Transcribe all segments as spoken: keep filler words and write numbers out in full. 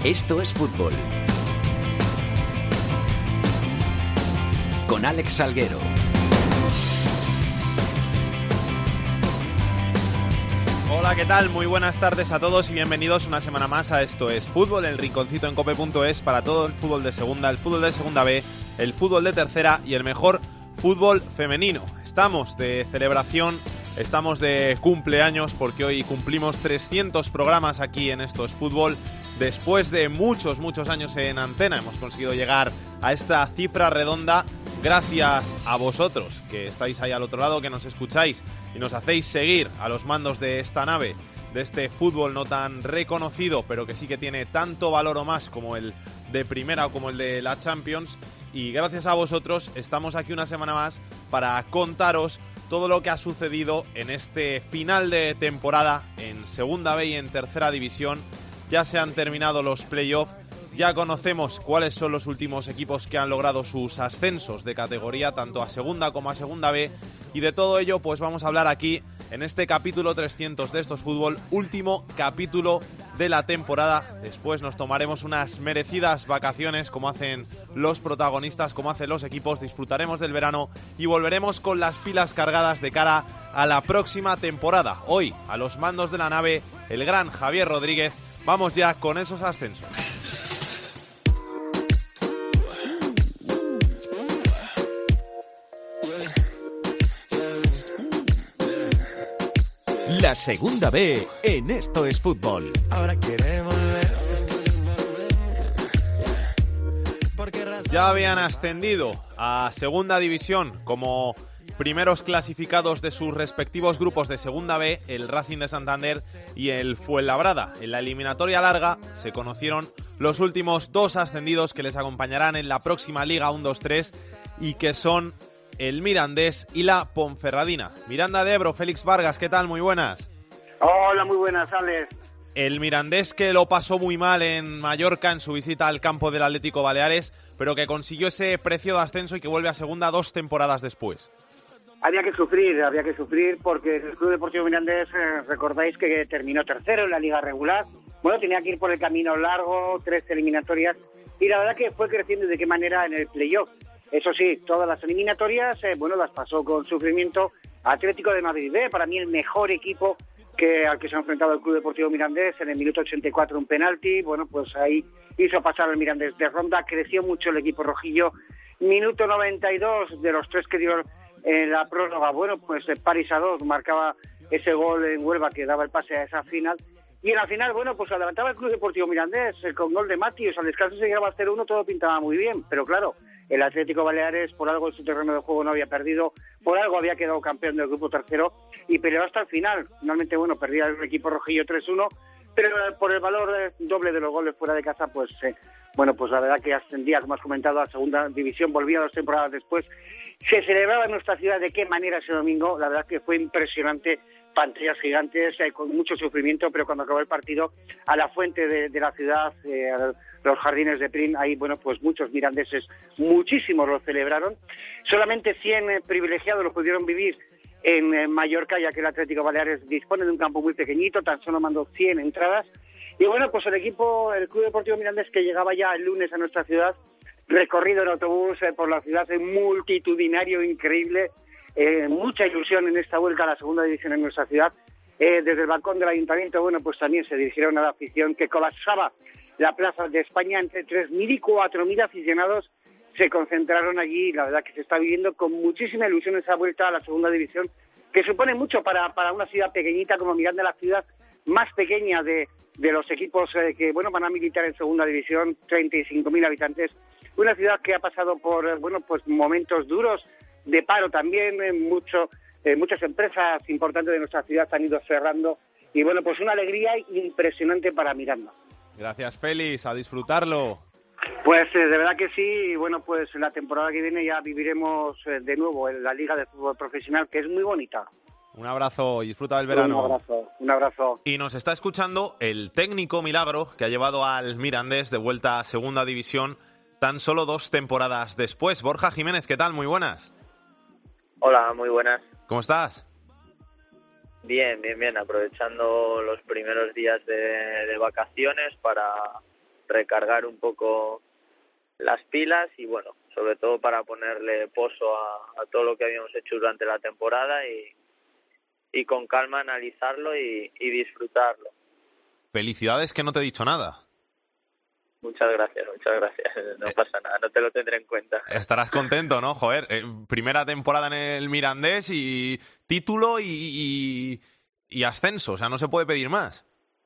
Esto es fútbol. Con Alex Salguero. Hola, ¿qué tal? Muy buenas tardes a todos y bienvenidos una semana más a Esto es Fútbol, el rinconcito en cope punto es para todo el fútbol de segunda, el fútbol de segunda B, el fútbol de tercera y el mejor fútbol femenino. Estamos de celebración, estamos de cumpleaños porque hoy cumplimos trescientos programas aquí en Esto es Fútbol. Después de muchos, muchos años en antena hemos conseguido llegar a esta cifra redonda gracias a vosotros que estáis ahí al otro lado, que nos escucháis y nos hacéis seguir a los mandos de esta nave, de este fútbol no tan reconocido, pero que sí que tiene tanto valor o más como el de primera o como el de la Champions. Y gracias a vosotros estamos aquí una semana más para contaros todo lo que ha sucedido en este final de temporada en Segunda B y en Tercera División. Ya se han terminado los playoffs, ya conocemos cuáles son los últimos equipos que han logrado sus ascensos de categoría, tanto a Segunda como a Segunda B, y de todo ello pues vamos a hablar aquí en este capítulo trescientos de Esto es Fútbol, último capítulo de la temporada. Después nos tomaremos unas merecidas vacaciones como hacen los protagonistas, como hacen los equipos, disfrutaremos del verano y volveremos con las pilas cargadas de cara a la próxima temporada. Hoy, a los mandos de la nave, el gran Javier Rodríguez. Vamos ya con esos ascensos. La Segunda B en Esto es Fútbol. Ahora quiere volver. Ya habían ascendido a Segunda División como primeros clasificados de sus respectivos grupos de Segunda B, el Racing de Santander y el Fuenlabrada. En la eliminatoria larga se conocieron los últimos dos ascendidos que les acompañarán en la próxima Liga uno dos tres y que son el Mirandés y la Ponferradina. Miranda de Ebro, Félix Vargas, ¿qué tal? Muy buenas. Hola, muy buenas, Alex. El Mirandés que lo pasó muy mal en Mallorca en su visita al campo del Atlético Baleares, pero que consiguió ese precio de ascenso y que vuelve a segunda dos temporadas después. Había que sufrir, había que sufrir porque el Club Deportivo Mirandés, eh, recordáis que terminó tercero en la liga regular. Bueno, tenía que ir por el camino largo, tres eliminatorias, y la verdad que fue creciendo y de qué manera en el playoff. Eso sí, todas las eliminatorias, eh, bueno, las pasó con sufrimiento. Atlético de Madrid B, para mí el mejor equipo que al que se ha enfrentado el Club Deportivo Mirandés, en el minuto ochenta y cuatro un penalti, bueno, pues ahí hizo pasar el Mirandés de ronda, creció mucho el equipo rojillo. Minuto noventa y dos de los tres que dio en la prórroga, bueno, pues París a dos marcaba ese gol en Huelva que daba el pase a esa final. Y en la final, bueno, pues adelantaba el Club Deportivo Mirandés eh, con gol de Matius. Al descanso se llegaba a cero uno, todo pintaba muy bien. Pero claro, el Atlético Baleares, por algo en su terreno de juego no había perdido, por algo había quedado campeón del grupo tercero y peleó hasta el final. Finalmente, bueno, perdía el equipo rojillo tres uno, pero por el valor eh, doble de los goles fuera de casa, pues, eh, bueno, pues la verdad que ascendía, como has comentado, a segunda división, volvía dos temporadas después. Se celebraba en nuestra ciudad de qué manera ese domingo, la verdad que fue impresionante, pantallas gigantes, eh, con mucho sufrimiento, pero cuando acabó el partido, a la fuente de, de la ciudad, eh, a los jardines de Prin, ahí, bueno, pues muchos mirandeses, muchísimos lo celebraron. Solamente cien eh, privilegiados lo pudieron vivir en eh, Mallorca, ya que el Atlético Baleares dispone de un campo muy pequeñito, tan solo mandó cien entradas. Y bueno, pues el equipo, el Club Deportivo Mirandés, que llegaba ya el lunes a nuestra ciudad, recorrido en autobús eh, por la ciudad, eh, multitudinario, increíble, eh, mucha ilusión en esta vuelta a la segunda división en nuestra ciudad. Eh, desde el balcón del ayuntamiento, bueno, pues también se dirigieron a la afición que colapsaba la Plaza de España. Entre tres mil y cuatro mil aficionados se concentraron allí. La verdad que se está viviendo con muchísima ilusión esa vuelta a la segunda división, que supone mucho para, para una ciudad pequeñita como Miranda, la ciudad más pequeña de, de los equipos eh, que bueno van a militar en segunda división, treinta y cinco mil habitantes. Una ciudad que ha pasado por eh, bueno pues momentos duros de paro también, eh, mucho, eh, muchas empresas importantes de nuestra ciudad han ido cerrando y bueno, pues una alegría impresionante para Miranda. Gracias, Félix, a disfrutarlo. Pues eh, de verdad que sí, y bueno, pues la temporada que viene ya viviremos eh, de nuevo en la Liga de Fútbol Profesional, que es muy bonita. Un abrazo y disfruta del verano. Un abrazo, un abrazo. Y nos está escuchando el técnico Milagro, que ha llevado al Mirandés de vuelta a Segunda División tan solo dos temporadas después. Borja Jiménez, ¿qué tal? Muy buenas. Hola, muy buenas. ¿Cómo estás? Bien, bien, bien. Aprovechando los primeros días de, de vacaciones para, recargar un poco las pilas y bueno, sobre todo para ponerle pozo a, a todo lo que habíamos hecho durante la temporada y, y con calma analizarlo y, y disfrutarlo. Felicidades, que no te he dicho nada. Muchas gracias, muchas gracias. No pasa nada, no te lo tendré en cuenta. Estarás contento, ¿no? Joder, eh, primera temporada en el Mirandés y título y, y, y ascenso, o sea, no se puede pedir más.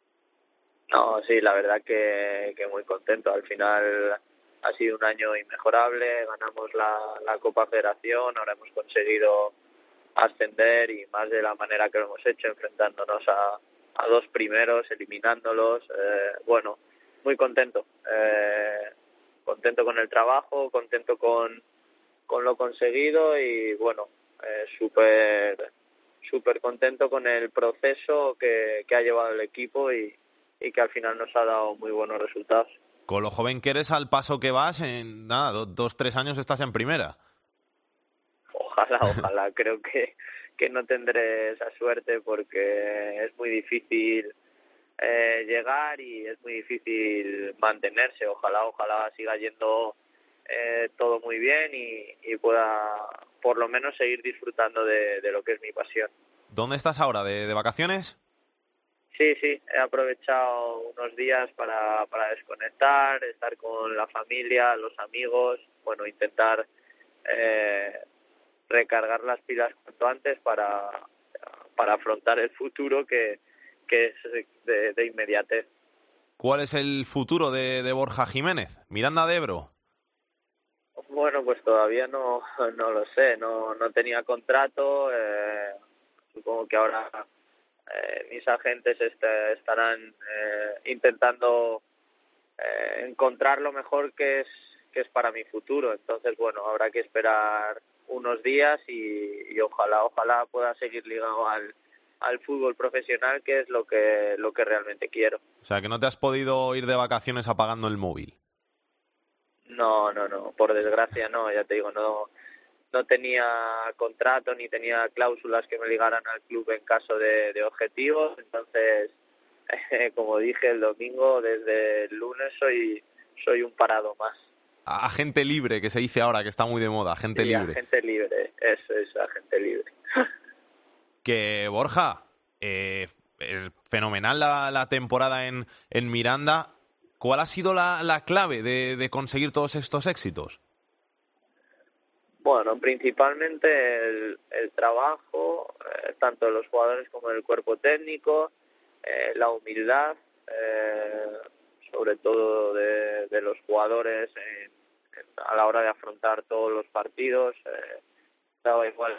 No, sí, la verdad que, que muy contento. Al final ha sido un año inmejorable, ganamos la, la Copa Federación, ahora hemos conseguido ascender y más de la manera que lo hemos hecho, enfrentándonos a, a dos primeros, eliminándolos. Eh, bueno, muy contento. Eh, contento con el trabajo, contento con, con lo conseguido y bueno, eh, súper súper contento con el proceso que, que ha llevado el equipo y, y que al final nos ha dado muy buenos resultados. Con lo joven que eres, al paso que vas, en nada, dos, dos tres años estás en primera. Ojalá, ojalá. Creo que, que no tendré esa suerte porque es muy difícil eh, llegar y es muy difícil mantenerse. Ojalá, ojalá siga yendo eh, todo muy bien y, y pueda por lo menos seguir disfrutando de, de lo que es mi pasión. ¿Dónde estás ahora? ¿De, de vacaciones? Sí, sí, he aprovechado unos días para, para desconectar, estar con la familia, los amigos, bueno, intentar eh, recargar las pilas cuanto antes para, para afrontar el futuro que, que es de, de inmediatez. ¿Cuál es el futuro de, de Borja Jiménez? ¿Miranda de Ebro? Bueno, pues todavía no, no lo sé, no, no tenía contrato, eh, supongo que ahora eh, mis agentes est- estarán eh, intentando eh, encontrar lo mejor que es, que es para mi futuro, entonces bueno, habrá que esperar unos días y, y ojalá, ojalá pueda seguir ligado al, al fútbol profesional, que es lo que, lo que realmente quiero. O sea, que no te has podido ir de vacaciones apagando el móvil. No, no, no, por desgracia no, ya te digo, no no tenía contrato ni tenía cláusulas que me ligaran al club en caso de, de objetivos, entonces, eh, como dije el domingo, desde el lunes soy soy un parado más. Agente libre, que se dice ahora, que está muy de moda, agente Sí, libre. agente libre, eso es, agente libre. Que, Borja, eh, el- fenomenal la, la temporada en, en Miranda. ¿Cuál ha sido la, la clave de, de conseguir todos estos éxitos? Bueno, principalmente el, el trabajo, eh, tanto de los jugadores como del cuerpo técnico, eh, la humildad, eh, sobre todo de, de los jugadores en, en, a la hora de afrontar todos los partidos. Eh, daba igual.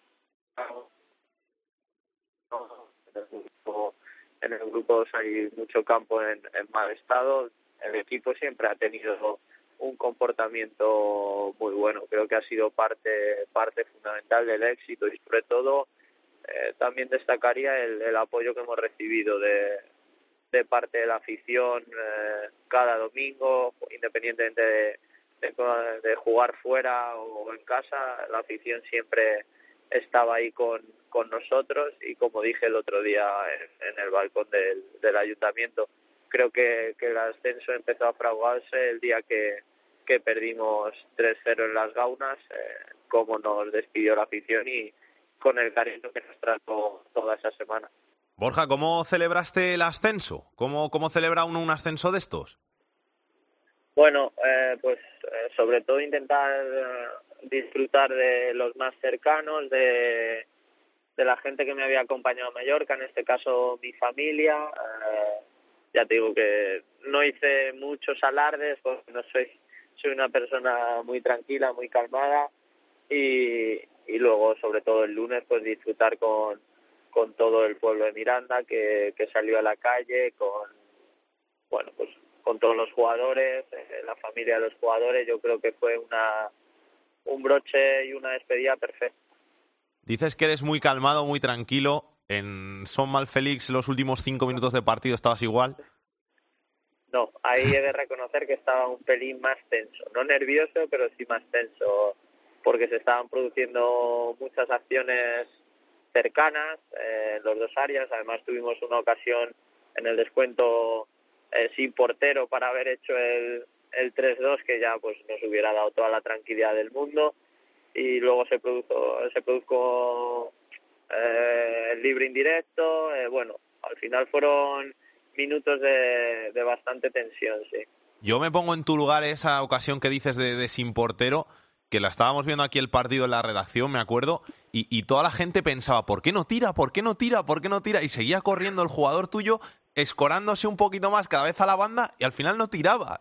En el grupo, en el grupo hay mucho campo en, en mal estado. El equipo siempre ha tenido un comportamiento muy bueno. Creo que ha sido parte parte fundamental del éxito y sobre todo eh, también destacaría el, el apoyo que hemos recibido de, de parte de la afición eh, cada domingo, independientemente de, de, de jugar fuera o en casa, la afición siempre estaba ahí con, con nosotros y como dije el otro día en, en el balcón del, del ayuntamiento, creo que, que el ascenso empezó a fraguarse el día que, que perdimos tres cero en las Gaunas, eh, cómo nos despidió la afición y con el cariño que nos trató toda esa semana. Borja, ¿cómo celebraste el ascenso? ¿Cómo, cómo celebra uno un ascenso de estos? Bueno, eh, pues eh, sobre todo intentar eh, disfrutar de los más cercanos, de, de la gente que me había acompañado a Mallorca, en este caso mi familia. Eh, ya te digo que no hice muchos alardes porque no soy soy una persona muy tranquila, muy calmada y, y luego sobre todo el lunes pues disfrutar con, con todo el pueblo de Miranda que, que salió a la calle, con bueno pues con todos los jugadores, eh, la familia de los jugadores. Yo creo que fue una un broche y una despedida perfecta. Dices que eres muy calmado, muy tranquilo. En Son Malfélix los últimos cinco minutos de partido estabas igual. No, ahí he de reconocer que estaba un pelín más tenso, no nervioso, pero sí más tenso, porque se estaban produciendo muchas acciones cercanas eh, en las dos áreas. Además tuvimos una ocasión en el descuento eh, sin portero para haber hecho el, el tres dos, que ya pues nos hubiera dado toda la tranquilidad del mundo, y luego se produjo, se produjo eh, el libre indirecto, eh, bueno, al final fueron minutos de, de bastante tensión, sí. Yo me pongo en tu lugar esa ocasión que dices de, de sin portero, que la estábamos viendo aquí el partido en la redacción, me acuerdo, y, y toda la gente pensaba, ¿por qué no tira? ¿Por qué no tira? ¿Por qué no tira? Y seguía corriendo el jugador tuyo, escorándose un poquito más cada vez a la banda, y al final no tiraba.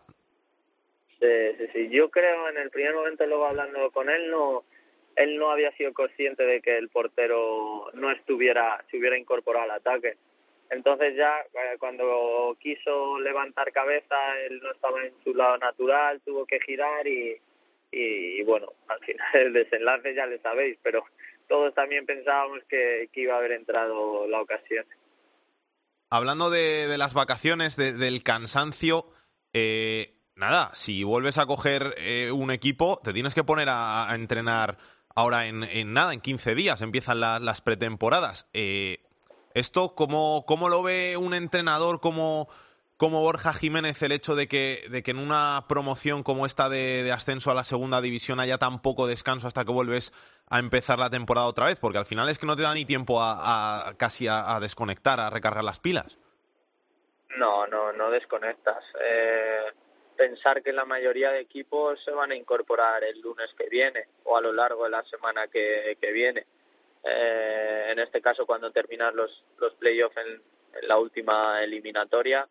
Sí, sí, sí. Yo creo, en el primer momento, luego hablando con él, no, él no había sido consciente de que el portero no estuviera, se hubiera incorporado al ataque. Entonces ya, eh, cuando quiso levantar cabeza, él no estaba en su lado natural, tuvo que girar y, y, y bueno, al final el desenlace ya le sabéis, pero todos también pensábamos que, que iba a haber entrado la ocasión. Hablando de, de las vacaciones, de, del cansancio, eh, nada, si vuelves a coger eh, un equipo, te tienes que poner a, a entrenar ahora en, en nada, en quince días, empiezan la, las pretemporadas. Eh, ¿Esto cómo, cómo lo ve un entrenador como, como Borja Jiménez, el hecho de que, de que en una promoción como esta de, de ascenso a la segunda división haya tan poco descanso hasta que vuelves a empezar la temporada otra vez? Porque al final es que no te da ni tiempo a, a casi a, a desconectar, a recargar las pilas. No, no, no desconectas. Eh, pensar que la mayoría de equipos se van a incorporar el lunes que viene o a lo largo de la semana que, que viene. Eh, en este caso, cuando terminan los, los playoffs en, en la última eliminatoria,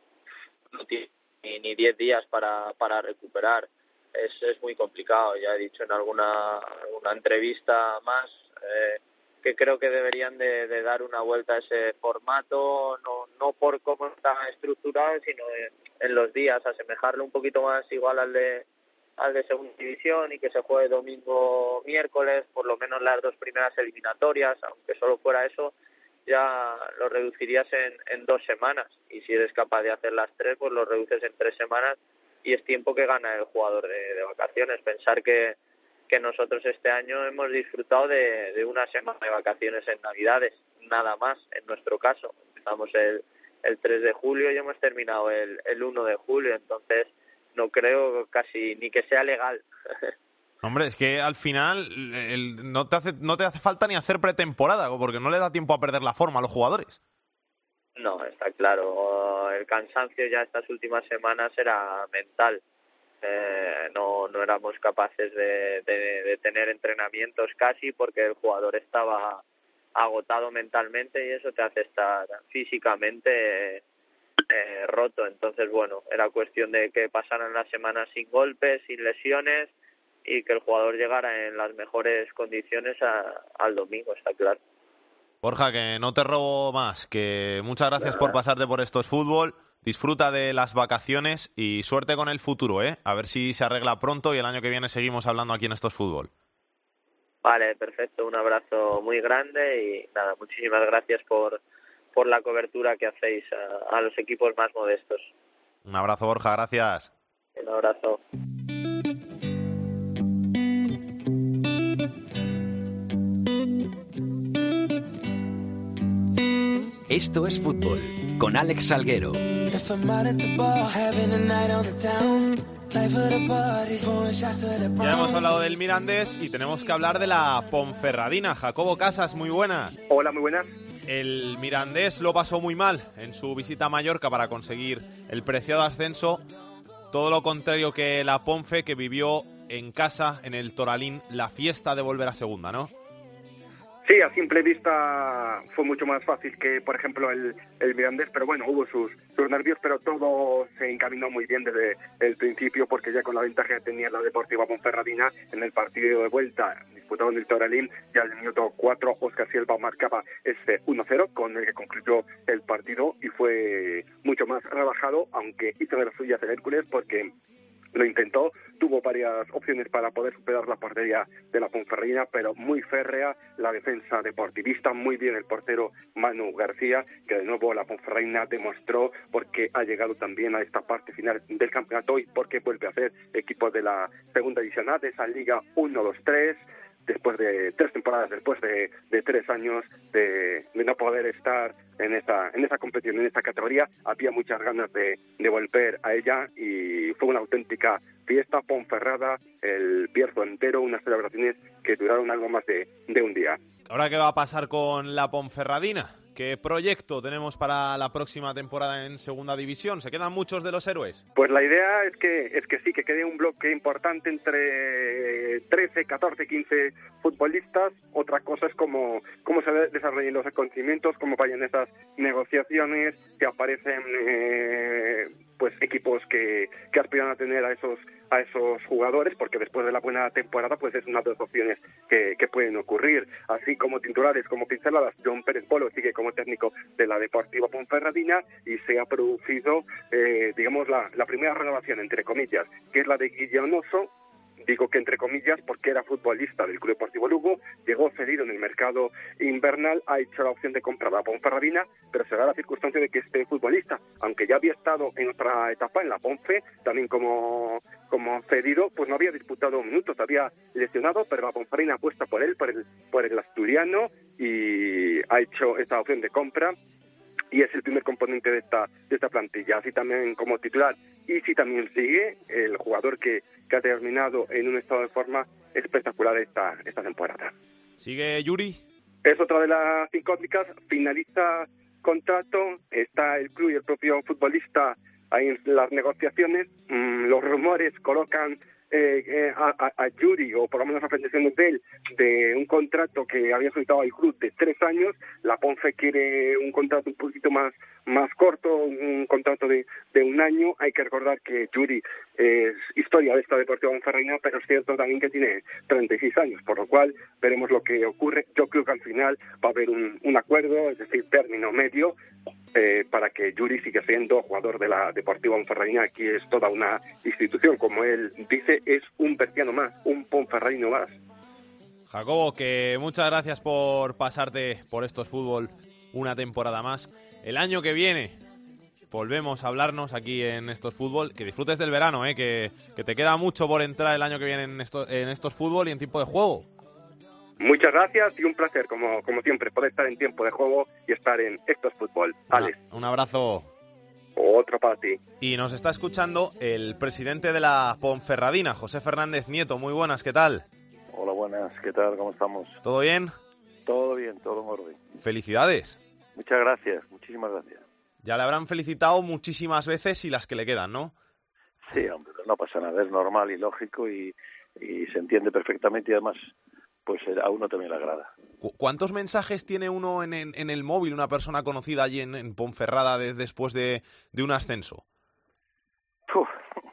no tiene ni, ni diez días para, para recuperar. Es, es muy complicado. Ya he dicho en alguna, alguna entrevista más eh, que creo que deberían de, de dar una vuelta a ese formato, no, no por cómo está estructurado, sino en, en los días, asemejarlo un poquito más igual al de al de segunda división y que se juegue domingo, miércoles, por lo menos las dos primeras eliminatorias, aunque solo fuera eso, ya lo reducirías en, en dos semanas, y si eres capaz de hacer las tres, pues lo reduces en tres semanas y es tiempo que gana el jugador de, de vacaciones. Pensar que, que nosotros este año hemos disfrutado de, de una semana de vacaciones en Navidades, nada más, en nuestro caso. Empezamos el, el tres de julio y hemos terminado el, el uno de julio, entonces no creo casi ni que sea legal. Hombre, es que al final el, no te hace no te hace falta ni hacer pretemporada, porque no le da tiempo a perder la forma a los jugadores. No, está claro. El cansancio ya estas últimas semanas era mental. Eh, no no éramos capaces de, de, de tener entrenamientos casi, porque el jugador estaba agotado mentalmente y eso te hace estar físicamente Eh, roto. Entonces, bueno, era cuestión de que pasaran las semanas sin golpes, sin lesiones, y que el jugador llegara en las mejores condiciones a, al domingo, está claro. Borja, que no te robo más, que muchas gracias por pasarte por Esto es Fútbol, disfruta de las vacaciones y suerte con el futuro, ¿eh? A ver si se arregla pronto y el año que viene seguimos hablando aquí en Esto es Fútbol. Vale, perfecto, un abrazo muy grande y nada, muchísimas gracias por por la cobertura que hacéis a, a los equipos más modestos. Un abrazo, Borja, gracias. Un abrazo. Esto es Fútbol, con Alex Salguero. Ya hemos hablado del Mirandés y tenemos que hablar de la Ponferradina. Jacobo Casas, muy buenas. Hola, muy buenas. El Mirandés lo pasó muy mal en su visita a Mallorca para conseguir el preciado ascenso. Todo lo contrario que la Ponfe, que vivió en casa, en el Toralín, la fiesta de volver a segunda, ¿no? Sí, a simple vista fue mucho más fácil que, por ejemplo, el, el Mirandés, pero bueno, hubo sus, sus nervios, pero todo se encaminó muy bien desde el principio, porque ya con la ventaja que tenía la Deportiva Ponferradina en el partido de vuelta disputado en el Toralín, ya al minuto cuatro Óscar Silva marcaba este uno cero, con el que concluyó el partido, y fue mucho más relajado, aunque hizo de las suyas el Hércules, porque lo intentó, tuvo varias opciones para poder superar la portería de la Ponferradina, pero muy férrea la defensa deportivista, muy bien el portero Manu García, que de nuevo la Ponferradina demostró porque ha llegado también a esta parte final del campeonato y porque vuelve a ser equipo de la segunda división A de esa Liga uno dos tres. después de tres temporadas, después de, de tres años de, de no poder estar en esta, en esa competición, en esta categoría. Había muchas ganas de, de volver a ella y fue una auténtica fiesta, Ponferrada, el Bierzo entero, unas celebraciones que duraron algo más de, de un día. ¿Ahora qué va a pasar con la Ponferradina? ¿Qué proyecto tenemos para la próxima temporada en Segunda División? ¿Se quedan muchos de los héroes? Pues la idea es que es que sí, que quede un bloque importante entre trece, catorce, quince futbolistas. Otra cosa es cómo, cómo se desarrollen los acontecimientos, cómo vayan esas negociaciones, que aparecen eh, pues equipos que, que aspiran a tener a esos a esos jugadores, porque después de la buena temporada pues es una de las opciones que, que pueden ocurrir. Así como titulares, como pinceladas, John Pérez Polo sigue como técnico de la Deportiva Ponferradina y se ha producido, eh, digamos, la, la primera renovación, entre comillas, que es la de Guillermo Oso. Digo que entre comillas porque era futbolista del Club Deportivo Lugo, llegó cedido en el mercado invernal, ha hecho la opción de comprar a Ponferradina, pero se da la circunstancia de que este futbolista, aunque ya había estado en otra etapa, en la Ponfe, también como, como cedido, pues no había disputado minutos, había lesionado, pero la Ponferradina apuesta por él, por el, por el asturiano, y ha hecho esta opción de compra. Y es el primer componente de esta de esta plantilla, así también como titular. Y si también sigue el jugador que, que ha terminado en un estado de forma espectacular esta esta temporada. ¿Sigue Yuri? Es otra de las incógnitas, finaliza contrato, está el club y el propio futbolista ahí en las negociaciones. Mm, los rumores colocan Eh, eh, a, a, a Yuri, o por lo menos a pretensiones de él, de un contrato que había solicitado al club de tres años. La Ponfe quiere un contrato un poquito más más corto, un contrato de, de un año. Hay que recordar que Yuri es historia de esta Deportiva Ponferradina, pero es cierto también que tiene treinta y seis años, por lo cual veremos lo que ocurre. Yo creo que al final va a haber un, un acuerdo, es decir, término medio, Eh, para que Yuri siga siendo jugador de la Deportiva Ponferradina. Aquí es toda una institución, como él dice, es un berciano más, un ponferradino más. Jacobo, que muchas gracias por pasarte por Estos Fútbol una temporada más. El año que viene volvemos a hablarnos aquí en Estos Fútbol. Que disfrutes del verano, eh, que, que te queda mucho por entrar el año que viene en, esto, en Estos Fútbol y en tiempo de juego. Muchas gracias y un placer, como, como siempre, poder estar en tiempo de juego y estar en Estos Fútbol. Alex. Una, un abrazo. Otro para ti. Y nos está escuchando el presidente de la Ponferradina, José Fernández Nieto. Muy buenas, ¿qué tal? Hola, buenas, ¿qué tal? ¿Cómo estamos? ¿Todo bien? Todo bien, todo en orden. Felicidades. Muchas gracias, muchísimas gracias. Ya le habrán felicitado muchísimas veces y las que le quedan, ¿no? Sí, hombre, no pasa nada, es normal y lógico y, y se entiende perfectamente y además pues a uno también le agrada. ¿Cu- ¿Cuántos mensajes tiene uno en, en, en el móvil, una persona conocida allí en, en Ponferrada de, después de, de un ascenso? Uf.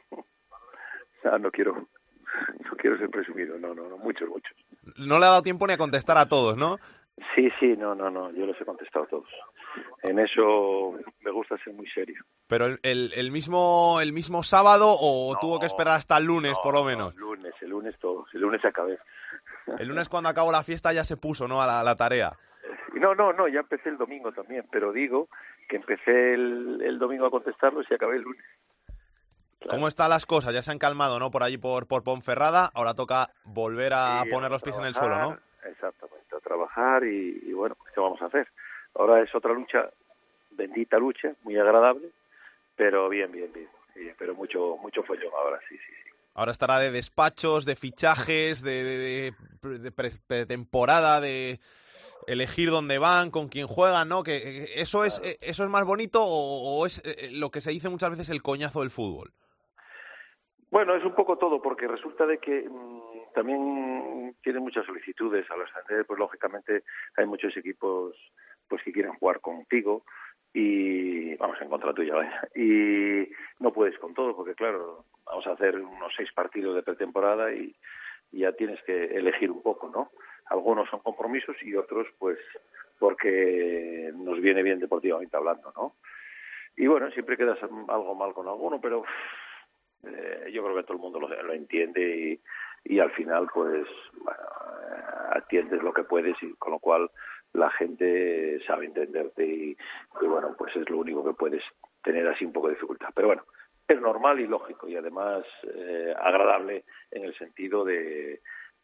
No, no quiero no quiero ser presumido, no, no, no, muchos, muchos. No le ha dado tiempo ni a contestar a todos, ¿no? Sí, sí, no, no, no, yo los he contestado a todos. En eso me gusta ser muy serio. ¿Pero el, el, el mismo el mismo sábado o No, tuvo que esperar hasta el lunes, no, por lo no, menos? el lunes, el lunes todos, el lunes acabé. El lunes cuando acabó la fiesta ya se puso, ¿no?, a la, a la tarea. No, no, no, ya empecé el domingo también, pero digo que empecé el, el domingo a contestarlos y acabé el lunes. Claro. ¿Cómo están las cosas? Ya se han calmado, ¿no?, por allí por, por Ponferrada. Ahora toca volver a Sí, poner los pies en el suelo, ¿no? Exactamente, a trabajar y, y bueno, ¿qué vamos a hacer? Ahora es otra lucha, bendita lucha, muy agradable, pero bien, bien, bien, bien pero mucho mucho follón ahora, sí, sí, sí. Ahora estará de despachos, de fichajes, de, de, de, de pre- pretemporada, de elegir dónde van, con quién juegan, ¿no? Que eso es Claro. eso es más bonito o, o es lo que se dice muchas veces el coñazo del fútbol. Bueno, es un poco todo, porque resulta de que mmm, también tienen muchas solicitudes al ascender, pues lógicamente hay muchos equipos pues que quieren jugar contigo y vamos en contra tuya, vaya, y no puedes con todo, porque claro, vamos a hacer unos seis partidos de pretemporada y, y ya tienes que elegir un poco, ¿no? Algunos son compromisos y otros pues porque nos viene bien deportivamente hablando, ¿no? Y bueno, siempre quedas algo mal con alguno, pero Eh, yo creo que todo el mundo lo, lo entiende y, y al final pues bueno, eh, atiendes lo que puedes y con lo cual la gente sabe entenderte y, y bueno, pues es lo único que puedes tener así un poco de dificultad, pero bueno, es normal y lógico y además eh, agradable en el sentido de,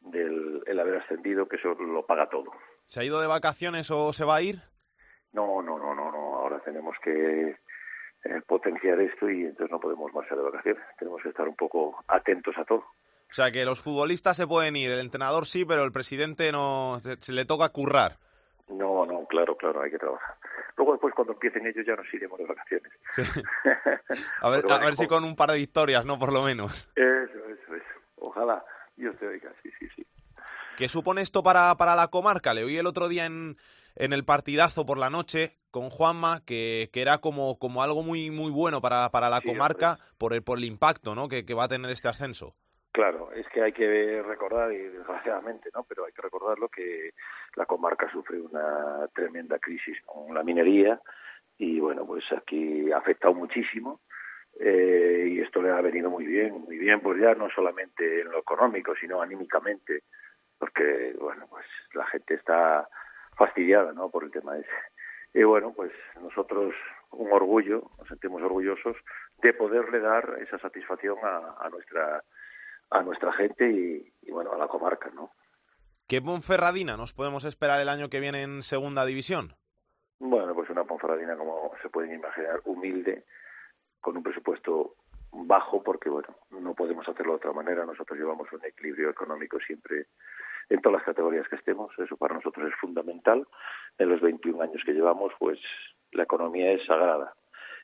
del el haber ascendido, que eso lo paga todo. ¿Se ha ido de vacaciones o se va a ir? No, no, no, no, no. Ahora tenemos que eh, potenciar esto y entonces no podemos marchar de vacaciones. Tenemos que estar un poco atentos a todo. O sea, que los futbolistas se pueden ir, el entrenador sí, pero el presidente no, se, se le toca currar. No, no, claro, claro, hay que trabajar. Luego después cuando empiecen ellos ya nos iremos de vacaciones. Sí. A ver, a ver si con un par de victorias, ¿no? Por lo menos. Eso, eso, eso. Ojalá Dios te oiga, sí, sí, sí. ¿Qué supone esto para, para la comarca? Le oí el otro día en, en el partidazo por la noche con Juanma, que, que era como, como algo muy muy bueno para, para la sí, comarca hombre. por el, por el impacto, ¿no? que, que va a tener este ascenso. Claro, es que hay que recordar, y desgraciadamente, ¿no? Pero hay que recordarlo, que la comarca sufre una tremenda crisis con la minería y, bueno, pues aquí ha afectado muchísimo eh, y esto le ha venido muy bien, muy bien, pues ya no solamente en lo económico, sino anímicamente, porque, bueno, pues la gente está fastidiada, ¿no? Por el tema ese. Y, bueno, pues nosotros un orgullo, nos sentimos orgullosos de poderle dar esa satisfacción a, a nuestra a nuestra gente y, y, bueno, a la comarca, ¿no? ¿Qué Ponferradina nos podemos esperar el año que viene en segunda división? Bueno, pues una Ponferradina, como se pueden imaginar, humilde, con un presupuesto bajo, porque, bueno, no podemos hacerlo de otra manera. Nosotros llevamos un equilibrio económico siempre en todas las categorías que estemos. Eso para nosotros es fundamental. En los veintiún años que llevamos, pues la economía es sagrada.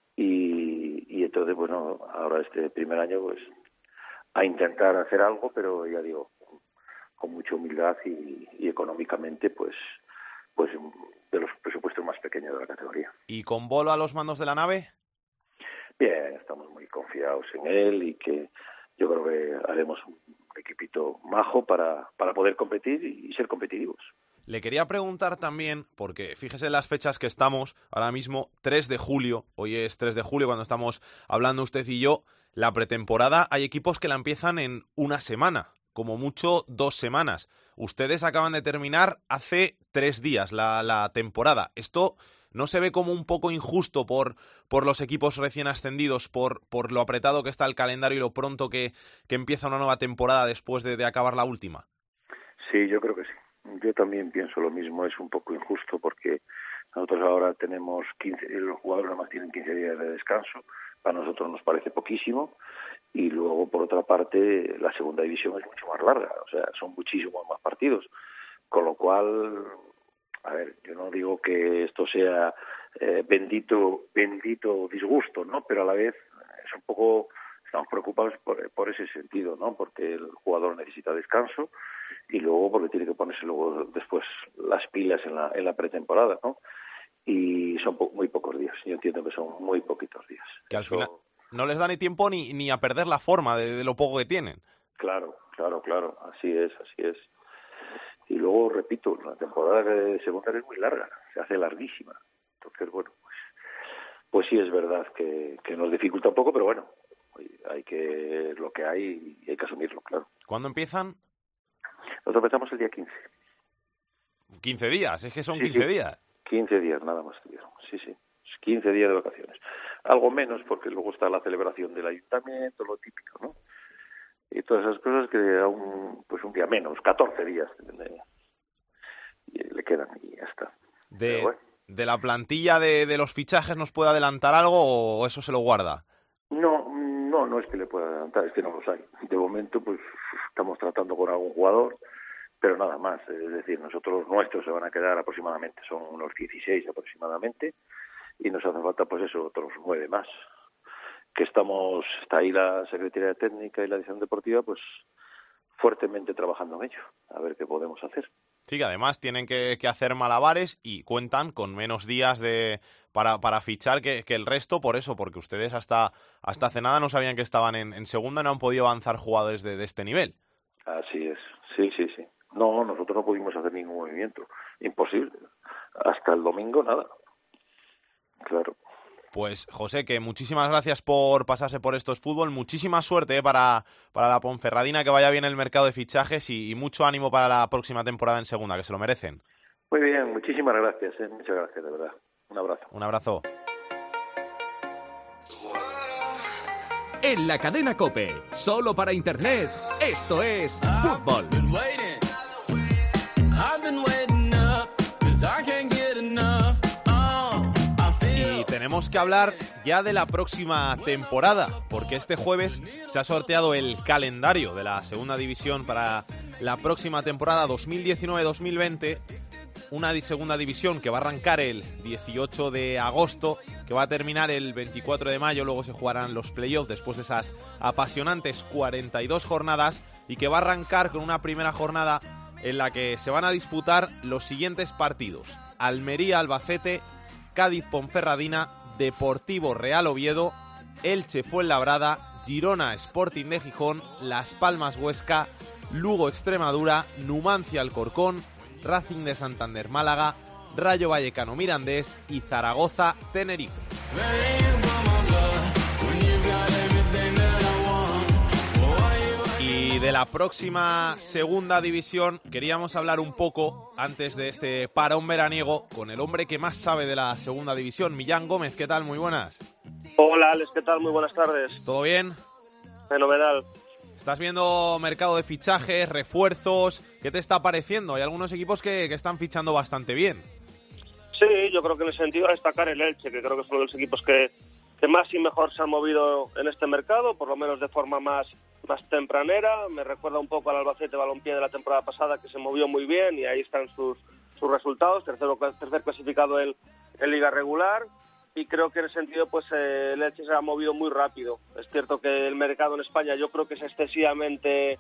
Y, y entonces, bueno, ahora este primer año, pues a intentar hacer algo, pero ya digo, con mucha humildad y, y económicamente, pues, pues de los presupuestos más pequeños de la categoría. ¿Y con Bolo a los mandos de la nave? Bien, estamos muy confiados en él y que yo creo que haremos un equipito majo para, para poder competir y ser competitivos. Le quería preguntar también, porque fíjese en las fechas que estamos, ahora mismo tres de julio, hoy es tres de julio cuando estamos hablando usted y yo, la pretemporada hay equipos que la empiezan en una semana, como mucho dos semanas. Ustedes acaban de terminar hace tres días la, la temporada. ¿Esto no se ve como un poco injusto por, por los equipos recién ascendidos, por, por lo apretado que está el calendario y lo pronto que, que empieza una nueva temporada después de, de acabar la última? Sí, yo creo que sí. Yo también pienso lo mismo, es un poco injusto porque nosotros ahora tenemos quince, los jugadores nada más tienen quince días de descanso, para nosotros nos parece poquísimo, y luego por otra parte la segunda división es mucho más larga, o sea, son muchísimos más partidos, con lo cual, a ver, yo no digo que esto sea eh, bendito, bendito disgusto, ¿no? Pero a la vez es un poco, estamos preocupados por, por ese sentido, ¿no? Porque el jugador necesita descanso y luego porque tiene que ponerse luego después las pilas en la, en la pretemporada, ¿no? Y son po- muy pocos días, yo entiendo que son muy poquitos días. Que al Eso, final no les da ni tiempo ni, ni a perder la forma de, de lo poco que tienen. Claro, claro, claro, así es, así es. Y luego, repito, la temporada de segunda es muy larga, se hace larguísima. Entonces, bueno, pues, pues sí es verdad que, que nos dificulta un poco, pero bueno, hay que lo que hay y hay que asumirlo, claro. ¿Cuándo empiezan? Nosotros empezamos el día quince. quince días, es que son Sí, quince sí. días. quince días nada más tuvieron, sí, sí. quince días de vacaciones. Algo menos porque luego está la celebración del ayuntamiento, lo típico, ¿no? Y todas esas cosas que aún, pues un día menos, catorce días le, le quedan y ya está. De, bueno. de la plantilla de, de los fichajes, ¿nos puede adelantar algo o eso se lo guarda? No, no, no es que le pueda adelantar, es que no los hay. De momento, pues estamos tratando con algún jugador, pero nada más. Es decir, nosotros nuestros se van a quedar aproximadamente, son unos dieciséis aproximadamente, y nos hace falta, pues eso, otros nueve más. Que estamos, está ahí la Secretaría Técnica y la Dirección Deportiva, pues fuertemente trabajando en ello, a ver qué podemos hacer. Sí, que además tienen que, que hacer malabares y cuentan con menos días de para, para fichar que, que el resto, por eso, porque ustedes hasta, hasta hace nada no sabían que estaban en, en segunda y no han podido avanzar jugadores de, de este nivel. Así es, sí, sí, sí. No, nosotros no pudimos hacer ningún movimiento, imposible. Hasta el domingo nada, claro. Pues, José, que muchísimas gracias por pasarse por estos fútbol. Muchísima suerte eh, para, para la Ponferradina, que vaya bien el mercado de fichajes y, y mucho ánimo para la próxima temporada en segunda, que se lo merecen. Muy bien, muchísimas gracias, eh, muchas gracias, de verdad. Un abrazo. Un abrazo. En la cadena COPE, solo para Internet, esto es Fútbol. tenemos que hablar ya de la próxima temporada, porque este jueves se ha sorteado el calendario de la segunda división para la próxima temporada dos mil diecinueve dos mil veinte, una segunda división que va a arrancar el dieciocho de agosto, que va a terminar el veinticuatro de mayo, luego se jugarán los playoffs después de esas apasionantes cuarenta y dos jornadas, y que va a arrancar con una primera jornada en la que se van a disputar los siguientes partidos: Almería-Albacete, Cádiz-Ponferradina, Deportivo-Real Oviedo, Elche-Fuenlabrada, Girona-Sporting de Gijón, Las Palmas-Huesca, Lugo-Extremadura, Numancia-Alcorcón, Racing de Santander Málaga, Rayo Vallecano Mirandés y Zaragoza Tenerife. Y de la próxima segunda división queríamos hablar un poco, antes de este parón veraniego, con el hombre que más sabe de la segunda división, Millán Gómez. ¿Qué tal? Muy buenas. Hola, Alex, ¿qué tal? Muy buenas tardes. ¿Todo bien? Fenomenal. ¿Estás viendo mercado de fichajes, refuerzos? ¿Qué te está pareciendo? Hay algunos equipos que, que están fichando bastante bien. Sí, yo creo que en el sentido de destacar el Elche, que creo que es uno de los equipos que, que más y mejor se han movido en este mercado, por lo menos de forma más, más tempranera. Me recuerda un poco al Albacete Balompié de la temporada pasada, que se movió muy bien y ahí están sus, sus resultados. Tercero, tercer clasificado en, en Liga Regular. Y creo que en ese sentido pues eh, el Elche se ha movido muy rápido. Es cierto que el mercado en España yo creo que es excesivamente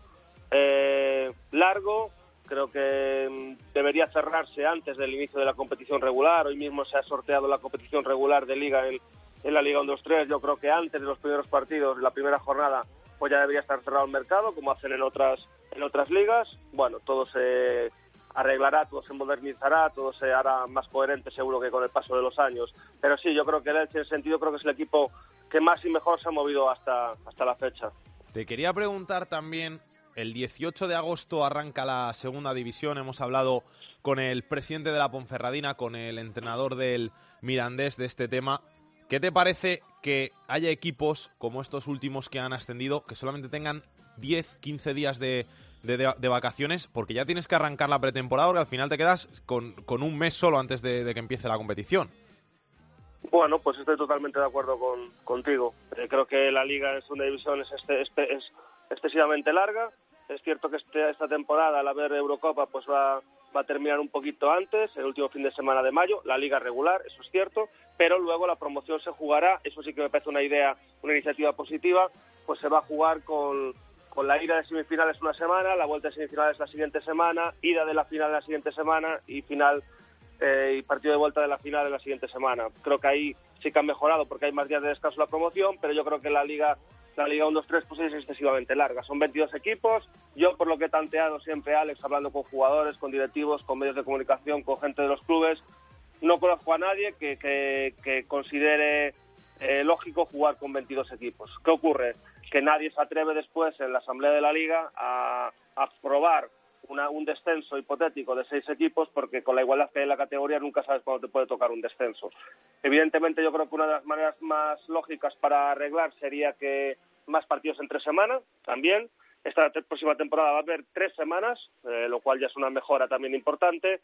eh, largo. Creo que debería cerrarse antes del inicio de la competición regular. Hoy mismo se ha sorteado la competición regular de Liga en, en la Liga uno dos tres. Yo creo que antes de los primeros partidos, de la primera jornada, pues ya debería estar cerrado el mercado, como hacen en otras, en otras ligas. Bueno, todo se arreglará, todo se modernizará, todo se hará más coherente seguro que con el paso de los años. Pero sí, yo creo que el Elche en ese sentido creo que es el equipo que más y mejor se ha movido hasta, hasta la fecha. Te quería preguntar también, el dieciocho de agosto arranca la segunda división, hemos hablado con el presidente de la Ponferradina, con el entrenador del Mirandés de este tema. ¿Qué te parece que haya equipos como estos últimos que han ascendido que solamente tengan diez, quince días de, de, de, de vacaciones? Porque ya tienes que arrancar la pretemporada, porque al final te quedas con, con un mes solo antes de, de que empiece la competición. Bueno, pues estoy totalmente de acuerdo con, contigo. Eh, creo que la Liga en segunda división es, este, este, es excesivamente larga. Es cierto que este, esta temporada, al haber Eurocopa, pues va, va a terminar un poquito antes, el último fin de semana de mayo, la Liga regular, eso es cierto, pero luego la promoción se jugará, eso sí que me parece una idea, una iniciativa positiva, pues se va a jugar con, con la ida de semifinales una semana, la vuelta de semifinales la siguiente semana, ida de la final la siguiente semana y final eh, y partido de vuelta de la final en la siguiente semana. Creo que ahí sí que han mejorado porque hay más días de descanso la promoción, pero yo creo que la Liga La Liga uno dos tres pues es excesivamente larga. Son veintidós equipos. Yo, por lo que he tanteado siempre, Alex, hablando con jugadores, con directivos, con medios de comunicación, con gente de los clubes, no conozco a nadie que, que, que considere eh, lógico jugar con veintidós equipos. ¿Qué ocurre? Que nadie se atreve después en la asamblea de la Liga a, a aprobar una, un descenso hipotético de seis equipos, porque con la igualdad que hay en la categoría nunca sabes cuándo te puede tocar un descenso. Evidentemente, yo creo que una de las maneras más lógicas para arreglar sería que más partidos entre semana también. Esta te- próxima temporada va a haber tres semanas, eh, lo cual ya es una mejora también importante.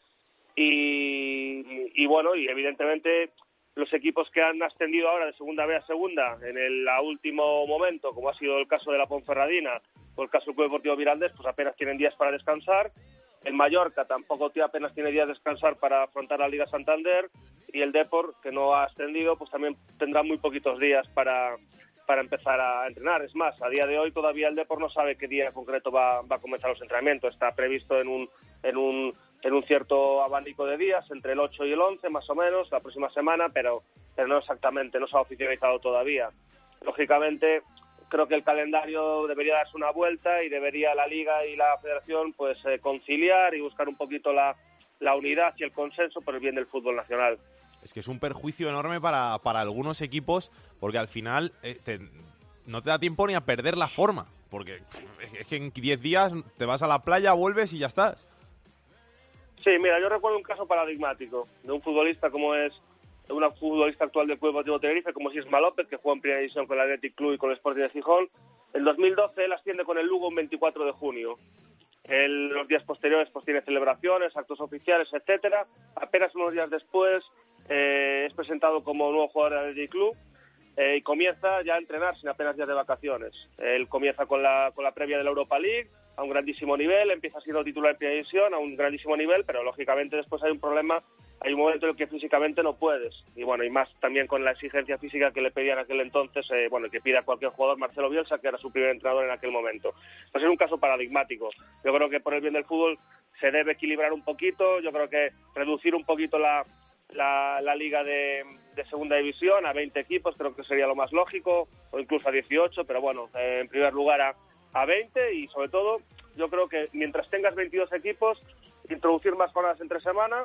Y, y, y bueno, y evidentemente los equipos que han ascendido ahora de segunda B a segunda en el a último momento, como ha sido el caso de la Ponferradina o el caso del Club Deportivo Mirandés, pues apenas tienen días para descansar. El Mallorca tampoco tío, apenas tiene días de descansar para afrontar la Liga Santander, y el Depor, que no ha ascendido, pues también tendrá muy poquitos días para, para empezar a entrenar. Es más, a día de hoy todavía el Depor no sabe qué día en concreto va, va a comenzar los entrenamientos. Está previsto en un, en un en un cierto abanico de días, entre el ocho y el once más o menos, la próxima semana, pero, pero no exactamente, no se ha oficializado todavía. Lógicamente, creo que el calendario debería darse una vuelta y debería la Liga y la Federación pues eh, conciliar y buscar un poquito la, la unidad y el consenso por el bien del fútbol nacional. Es que es un perjuicio enorme para, para algunos equipos, porque al final eh, te, no te da tiempo ni a perder la forma, porque es que en diez días te vas a la playa, vuelves y ya estás. Sí, mira, yo recuerdo un caso paradigmático de un futbolista como es una futbolista actual del Club Deportivo Tenerife, como es Isma López, que juega en primera división con el Athletic Club y con el Sporting de Gijón. En dos mil doce él asciende con el Lugo un veinticuatro de junio. Él, los días posteriores pues tiene celebraciones, actos oficiales, etcétera. Apenas unos días después eh, es presentado como nuevo jugador del Athletic Club eh, y comienza ya a entrenar sin apenas días de vacaciones. Él comienza con la, con la previa de la Europa League a un grandísimo nivel, empieza siendo titular en primera división a un grandísimo nivel, pero lógicamente después hay un problema, hay un momento en el que físicamente no puedes. Y bueno, y más también con la exigencia física que le pedían en aquel entonces, eh, bueno, que pide a cualquier jugador Marcelo Bielsa, que era su primer entrenador en aquel momento. Pues es un caso paradigmático. Yo creo que por el bien del fútbol se debe equilibrar un poquito, yo creo que reducir un poquito la, la, la liga de, de segunda división a veinte equipos, creo que sería lo más lógico, o incluso a dieciocho, pero bueno, eh, en primer lugar a, a veinte, y sobre todo yo creo que mientras tengas veintidós equipos, introducir más jornadas entre semana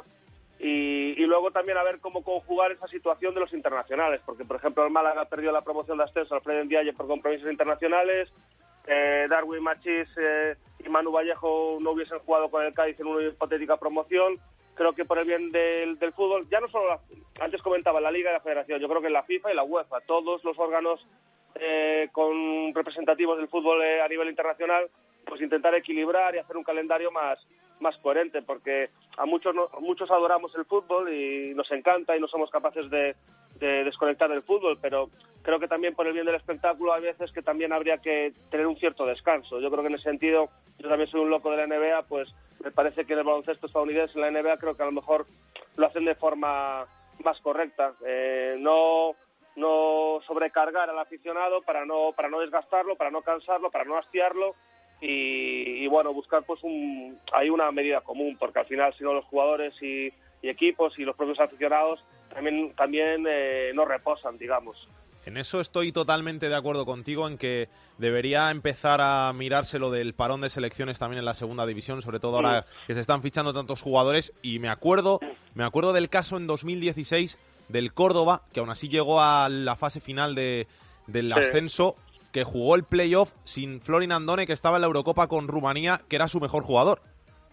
y, y luego también a ver cómo conjugar esa situación de los internacionales, porque por ejemplo el Málaga perdió la promoción de ascenso al Fred Ndiaye por compromisos internacionales, eh, Darwin Machís eh, y Manu Vallejo no hubiesen jugado con el Cádiz en una hipotética promoción. Creo que por el bien del, del fútbol, ya no solo, la, antes comentaba la Liga y la Federación, yo creo que la FIFA y la UEFA, todos los órganos eh, con representativos del fútbol eh, a nivel internacional, pues intentar equilibrar y hacer un calendario más, más coherente, porque a muchos, no, muchos adoramos el fútbol y nos encanta y no somos capaces de, de desconectar del fútbol, pero creo que también por el bien del espectáculo hay veces que también habría que tener un cierto descanso. Yo creo que en ese sentido, yo también soy un loco de la N B A, pues me parece que en el baloncesto estadounidense, en la N B A, creo que a lo mejor lo hacen de forma más correcta, eh, no no sobrecargar al aficionado para no para no desgastarlo, para no cansarlo, para no hastiarlo. Y, y bueno, buscar pues un hay una medida común, porque al final si no los jugadores y, y equipos y los propios aficionados también también eh, no reposan, digamos. En eso estoy totalmente de acuerdo contigo, en que debería empezar a mirarse lo del parón de selecciones también en la segunda división, sobre todo ahora que se están fichando tantos jugadores. Y me acuerdo, me acuerdo del caso en dos mil dieciséis del Córdoba, que aún así llegó a la fase final de, del ascenso, sí, que jugó el playoff sin Florin Andone, que estaba en la Eurocopa con Rumanía, que era su mejor jugador.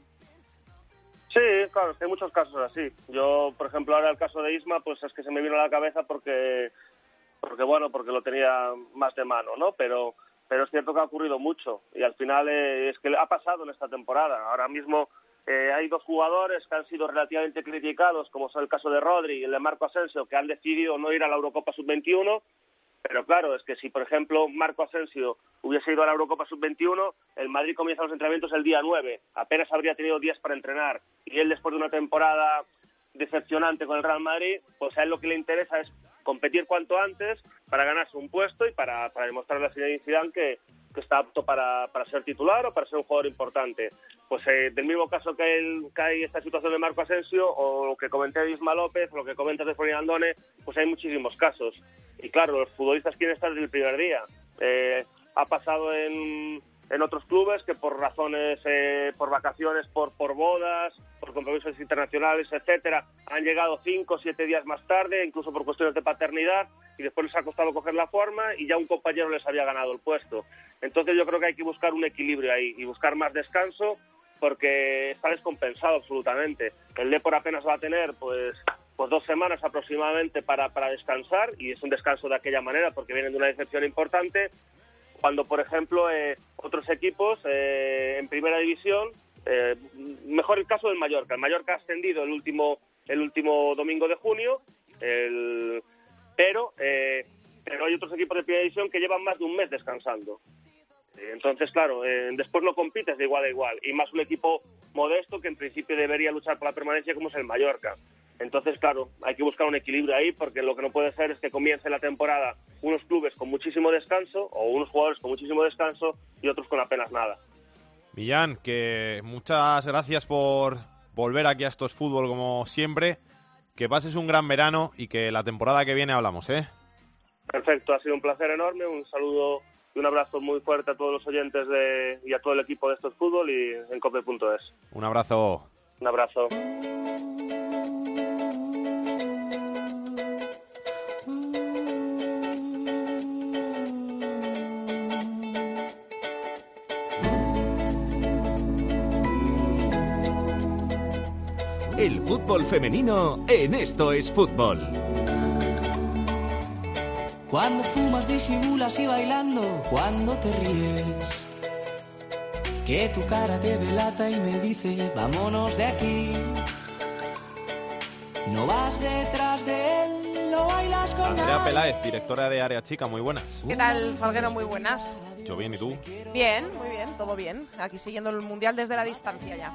Sí, claro, es que hay muchos casos así. Yo, por ejemplo, ahora el caso de Isma, pues es que se me vino a la cabeza porque, porque bueno, porque lo tenía más de mano, ¿no? Pero, pero es cierto que ha ocurrido mucho y al final eh, es que ha pasado en esta temporada. Ahora mismo eh, hay dos jugadores que han sido relativamente criticados, como son el caso de Rodri y el de Marco Asensio, que han decidido no ir a la Eurocopa sub veintiuno. Pero claro, es que si, por ejemplo, Marco Asensio hubiese ido a la Eurocopa sub veintiuno, el Madrid comienza los entrenamientos el día nueve, apenas habría tenido días para entrenar, y él, después de una temporada decepcionante con el Real Madrid, pues a él lo que le interesa es competir cuanto antes para ganarse un puesto y para, para demostrarle a Zinedine Zidane que, que está apto para, para ser titular o para ser un jugador importante. Pues eh, del mismo caso que, el, que hay esta situación de Marco Asensio, o lo que comenté de Isma López, o lo que comentas de Florin Andone, pues hay muchísimos casos. Y claro, los futbolistas quieren estar desde el primer día. Eh, ha pasado en, en otros clubes que por razones, eh, por vacaciones, por, por bodas, por compromisos internacionales, etcétera, han llegado cinco o siete días más tarde, incluso por cuestiones de paternidad, y después les ha costado coger la forma y ya un compañero les había ganado el puesto. Entonces yo creo que hay que buscar un equilibrio ahí y buscar más descanso, porque está descompensado absolutamente. El Depor apenas va a tener pues pues dos semanas aproximadamente para, para descansar, y es un descanso de aquella manera porque vienen de una decepción importante, cuando por ejemplo eh, otros equipos eh, en primera división, eh, mejor el caso del Mallorca. El Mallorca ha ascendido el último el último domingo de junio, el, pero eh, pero hay otros equipos de primera división que llevan más de un mes descansando. Entonces, claro, eh, después no compites de igual a igual, y más un equipo modesto que en principio debería luchar por la permanencia, como es el Mallorca. Entonces, claro, hay que buscar un equilibrio ahí, porque lo que no puede ser es que comience la temporada unos clubes con muchísimo descanso, o unos jugadores con muchísimo descanso, y otros con apenas nada. Millán, que muchas gracias por volver aquí a Esto es Fútbol como siempre, que pases un gran verano y que la temporada que viene hablamos, ¿eh? Perfecto, ha sido un placer enorme, un saludo y un abrazo muy fuerte a todos los oyentes de, y a todo el equipo de Esto es Fútbol y en cope punto es. Un abrazo. Un abrazo. El fútbol femenino en Esto es Fútbol. Cuando fumas disimulas y bailando, cuando te ríes, que tu cara te delata y me dice vámonos de aquí. No vas detrás juegas con Andrea Peláez, directora de Área Chica, muy buenas. ¿Qué tal, Salguero? Muy buenas. Yo bien, ¿y tú? Bien, muy bien, todo bien. Aquí siguiendo el Mundial desde la distancia ya.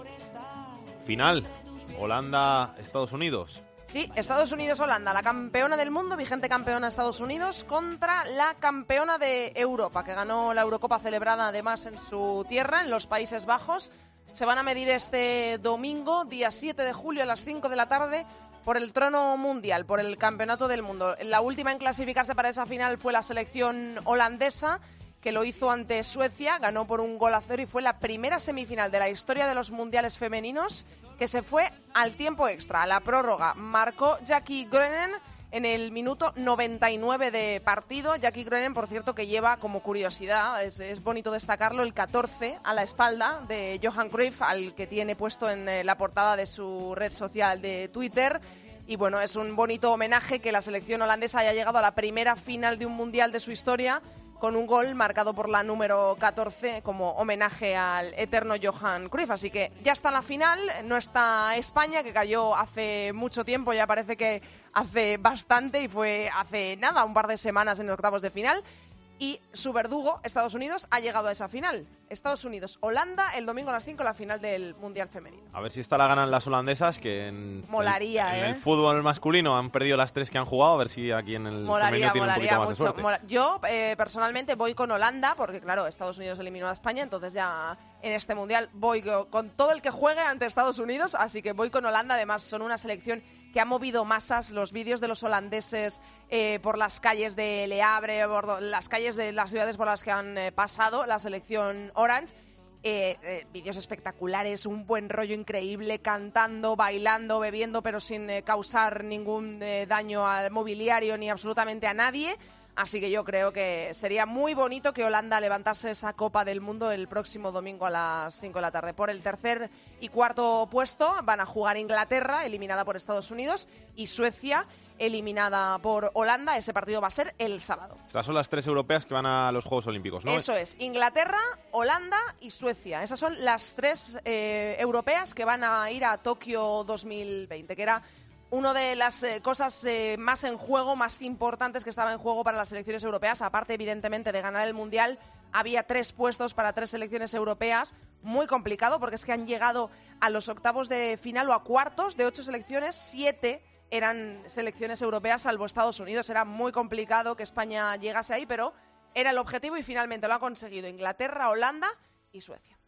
Final, Holanda-Estados Unidos. Sí, Estados Unidos-Holanda, la campeona del mundo, vigente campeona Estados Unidos, contra la campeona de Europa, que ganó la Eurocopa celebrada además en su tierra, en los Países Bajos. Se van a medir este domingo, día siete de julio, a las cinco de la tarde, por el trono mundial, por el campeonato del mundo. La última en clasificarse para esa final fue la selección holandesa, que lo hizo ante Suecia, ganó por un gol a cero y fue la primera semifinal de la historia de los mundiales femeninos que se fue al tiempo extra, a la prórroga. Marcó Jackie Groenen en el minuto noventa y nueve de partido. Jackie Groenen, por cierto, que lleva como curiosidad, es, es bonito destacarlo, el catorce a la espalda de Johan Cruyff, al que tiene puesto en eh, la portada de su red social de Twitter. Y bueno, es un bonito homenaje que la selección holandesa haya llegado a la primera final de un mundial de su historia con un gol marcado por la número catorce como homenaje al eterno Johan Cruyff. Así que ya está la final, no está España, que cayó hace mucho tiempo, ya parece que hace bastante, y fue hace nada, un par de semanas en los octavos de final. Y su verdugo, Estados Unidos, ha llegado a esa final. Estados Unidos-Holanda, el domingo a las cinco, la final del Mundial Femenino. A ver si esta la ganan las holandesas, que en, Molaría, el, en ¿eh? el fútbol masculino han perdido las tres que han jugado, a ver si aquí en el Molaría, femenino tienen un poquito más mucho. de suerte. Mola. Yo, eh, personalmente, voy con Holanda, porque, claro, Estados Unidos eliminó a España, entonces ya en este Mundial voy con todo el que juegue ante Estados Unidos, así que voy con Holanda. Además, son una selección que ha movido masas. Los vídeos de los holandeses eh, por las calles de Le Havre, por las calles de las ciudades por las que han eh, pasado la selección Orange, eh, eh, vídeos espectaculares, un buen rollo increíble, cantando, bailando, bebiendo, pero sin eh, causar ningún eh, daño al mobiliario ni absolutamente a nadie. Así que yo creo que sería muy bonito que Holanda levantase esa Copa del Mundo el próximo domingo a las cinco de la tarde. Por el tercer y cuarto puesto van a jugar Inglaterra, eliminada por Estados Unidos, y Suecia, eliminada por Holanda. Ese partido va a ser el sábado. Estas son las tres europeas que van a los Juegos Olímpicos, ¿no? Eso es, Inglaterra, Holanda y Suecia. Esas son las tres eh, europeas que van a ir a Tokio dos mil veinte, que era una de las eh, cosas eh, más en juego, más importantes que estaba en juego para las selecciones europeas. Aparte, evidentemente, de ganar el Mundial, había tres puestos para tres selecciones europeas. Muy complicado, porque es que han llegado a los octavos de final o a cuartos de ocho selecciones, siete eran selecciones europeas, salvo Estados Unidos. Era muy complicado que España llegase ahí, pero era el objetivo y finalmente lo ha conseguido Inglaterra, Holanda y Suecia.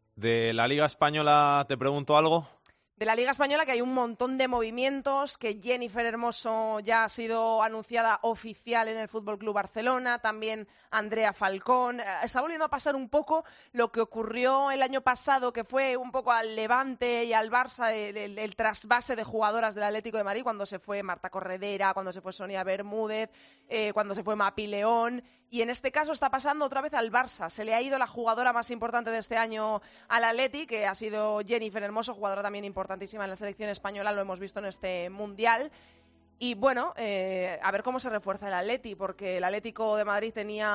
De la Liga Española, ¿te pregunto algo? De la Liga Española, que hay un montón de movimientos, que Jennifer Hermoso ya ha sido anunciada oficial en el F C Barcelona, también Andrea Falcón. Está volviendo a pasar un poco lo que ocurrió el año pasado, que fue un poco al Levante y al Barça, el, el, el trasvase de jugadoras del Atlético de Madrid, cuando se fue Marta Corredera, cuando se fue Sonia Bermúdez, eh, cuando se fue Mapi León. Y en este caso está pasando otra vez al Barça. Se le ha ido la jugadora más importante de este año al Atleti, que ha sido Jennifer Hermoso, jugadora también importantísima en la selección española, lo hemos visto en este Mundial. Y bueno, eh, a ver cómo se refuerza el Atleti, porque el Atlético de Madrid tenía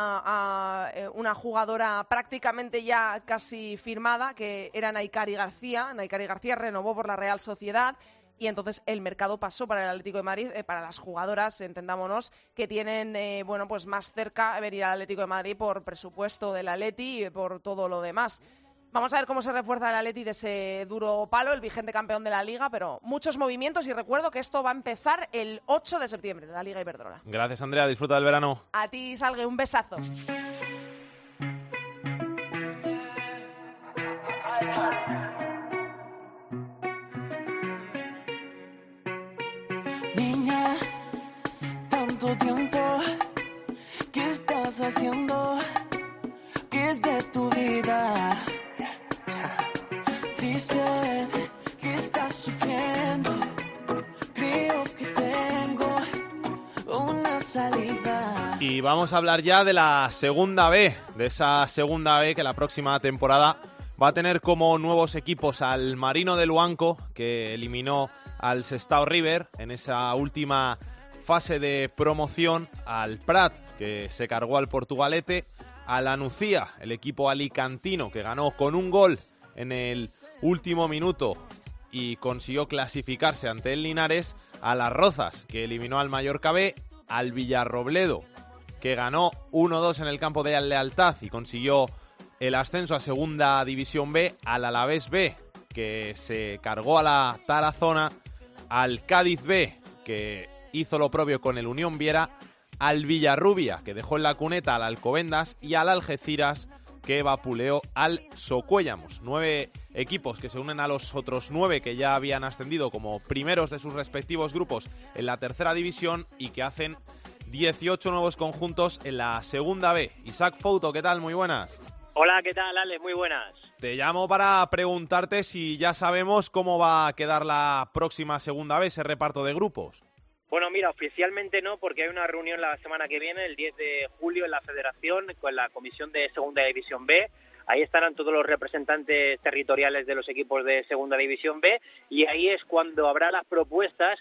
a eh, una jugadora prácticamente ya casi firmada, que era Naikari García. Naikari García renovó por la Real Sociedad. Y entonces el mercado pasó para el Atlético de Madrid, eh, para las jugadoras, entendámonos, que tienen eh, bueno, pues más cerca venir al Atlético de Madrid por presupuesto del Atleti y por todo lo demás. Vamos a ver cómo se refuerza el Atleti de ese duro palo, el vigente campeón de la Liga, pero muchos movimientos, y recuerdo que esto va a empezar el ocho de septiembre, la Liga Iberdrola. Gracias, Andrea, disfruta del verano. A ti, Salgue, un besazo. Niña, tanto tiempo, ¿qué estás haciendo? ¿Qué es de tu vida? Dicen que estás sufriendo, creo que tengo una salida. Y vamos a hablar ya de la segunda B, de esa segunda B que la próxima temporada va a tener como nuevos equipos al Marino de Luanco, que eliminó al Sestao River en esa última fase de promoción, al Prat, que se cargó al Portugalete, a la Nucía, el equipo alicantino, que ganó con un gol en el último minuto, y consiguió clasificarse ante el Linares, a las Rozas, que eliminó al Mallorca B, al Villarrobledo, que ganó uno dos en el campo de Lealtad y consiguió el ascenso a Segunda División B, al Alavés B, que se cargó a la Tarazona, al Cádiz B, que hizo lo propio con el Unión Viera, al Villarrubia, que dejó en la cuneta al Alcobendas, y al Algeciras, que vapuleó al Socuéllamos. Nueve equipos que se unen a los otros nueve que ya habían ascendido como primeros de sus respectivos grupos en la tercera división y que hacen dieciocho nuevos conjuntos en la segunda B. Isaac Fouto, ¿qué tal? Muy buenas. Hola, ¿qué tal, Ale? Muy buenas. Te llamo para preguntarte si ya sabemos cómo va a quedar la próxima segunda B, ese reparto de grupos. Bueno, mira, oficialmente no, porque hay una reunión la semana que viene, el diez de julio, en la Federación, con la Comisión de Segunda División B. Ahí estarán todos los representantes territoriales de los equipos de Segunda División B, y ahí es cuando habrá las propuestas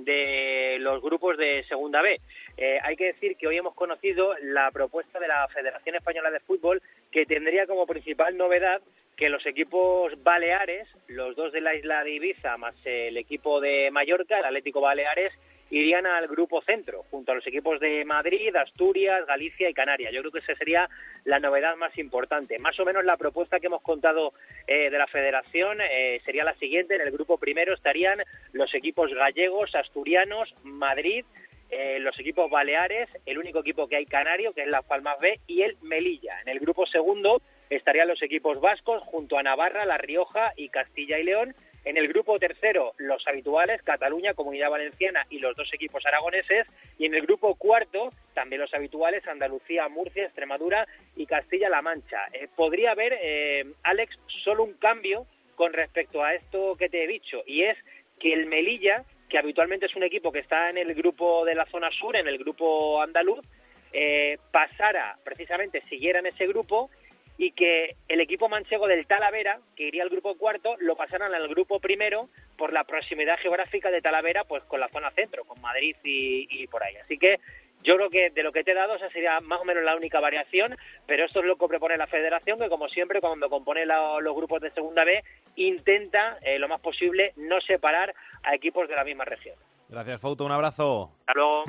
de los grupos de Segunda B. Eh, hay que decir que hoy hemos conocido la propuesta de la Federación Española de Fútbol, que tendría como principal novedad que los equipos baleares, los dos de la isla de Ibiza, más el equipo de Mallorca, el Atlético Baleares, irían al grupo centro, junto a los equipos de Madrid, Asturias, Galicia y Canarias. Yo creo que esa sería la novedad más importante. Más o menos la propuesta que hemos contado eh, de la Federación eh, sería la siguiente. En el grupo primero estarían los equipos gallegos, asturianos, Madrid, eh, los equipos baleares, el único equipo que hay canario, que es Las Palmas B, y el Melilla. En el grupo segundo estarían los equipos vascos, junto a Navarra, La Rioja y Castilla y León. En el grupo tercero, los habituales, Cataluña, Comunidad Valenciana y los dos equipos aragoneses. Y en el grupo cuarto, también los habituales, Andalucía, Murcia, Extremadura y Castilla-La Mancha. Eh, podría haber, eh, Alex, solo un cambio con respecto a esto que te he dicho, y es que el Melilla, que habitualmente es un equipo que está en el grupo de la zona sur, en el grupo andaluz, eh, pasara, precisamente, siguiera en ese grupo, y que el equipo manchego del Talavera, que iría al grupo cuarto, lo pasaran al grupo primero por la proximidad geográfica de Talavera, pues con la zona centro, con Madrid y, y por ahí. Así que yo creo que de lo que te he dado, esa sería más o menos la única variación, pero esto es lo que propone la Federación, que como siempre, cuando compone la, los grupos de Segunda B, intenta, eh, lo más posible, no separar a equipos de la misma región. Gracias, Fouto, un abrazo. Hasta luego.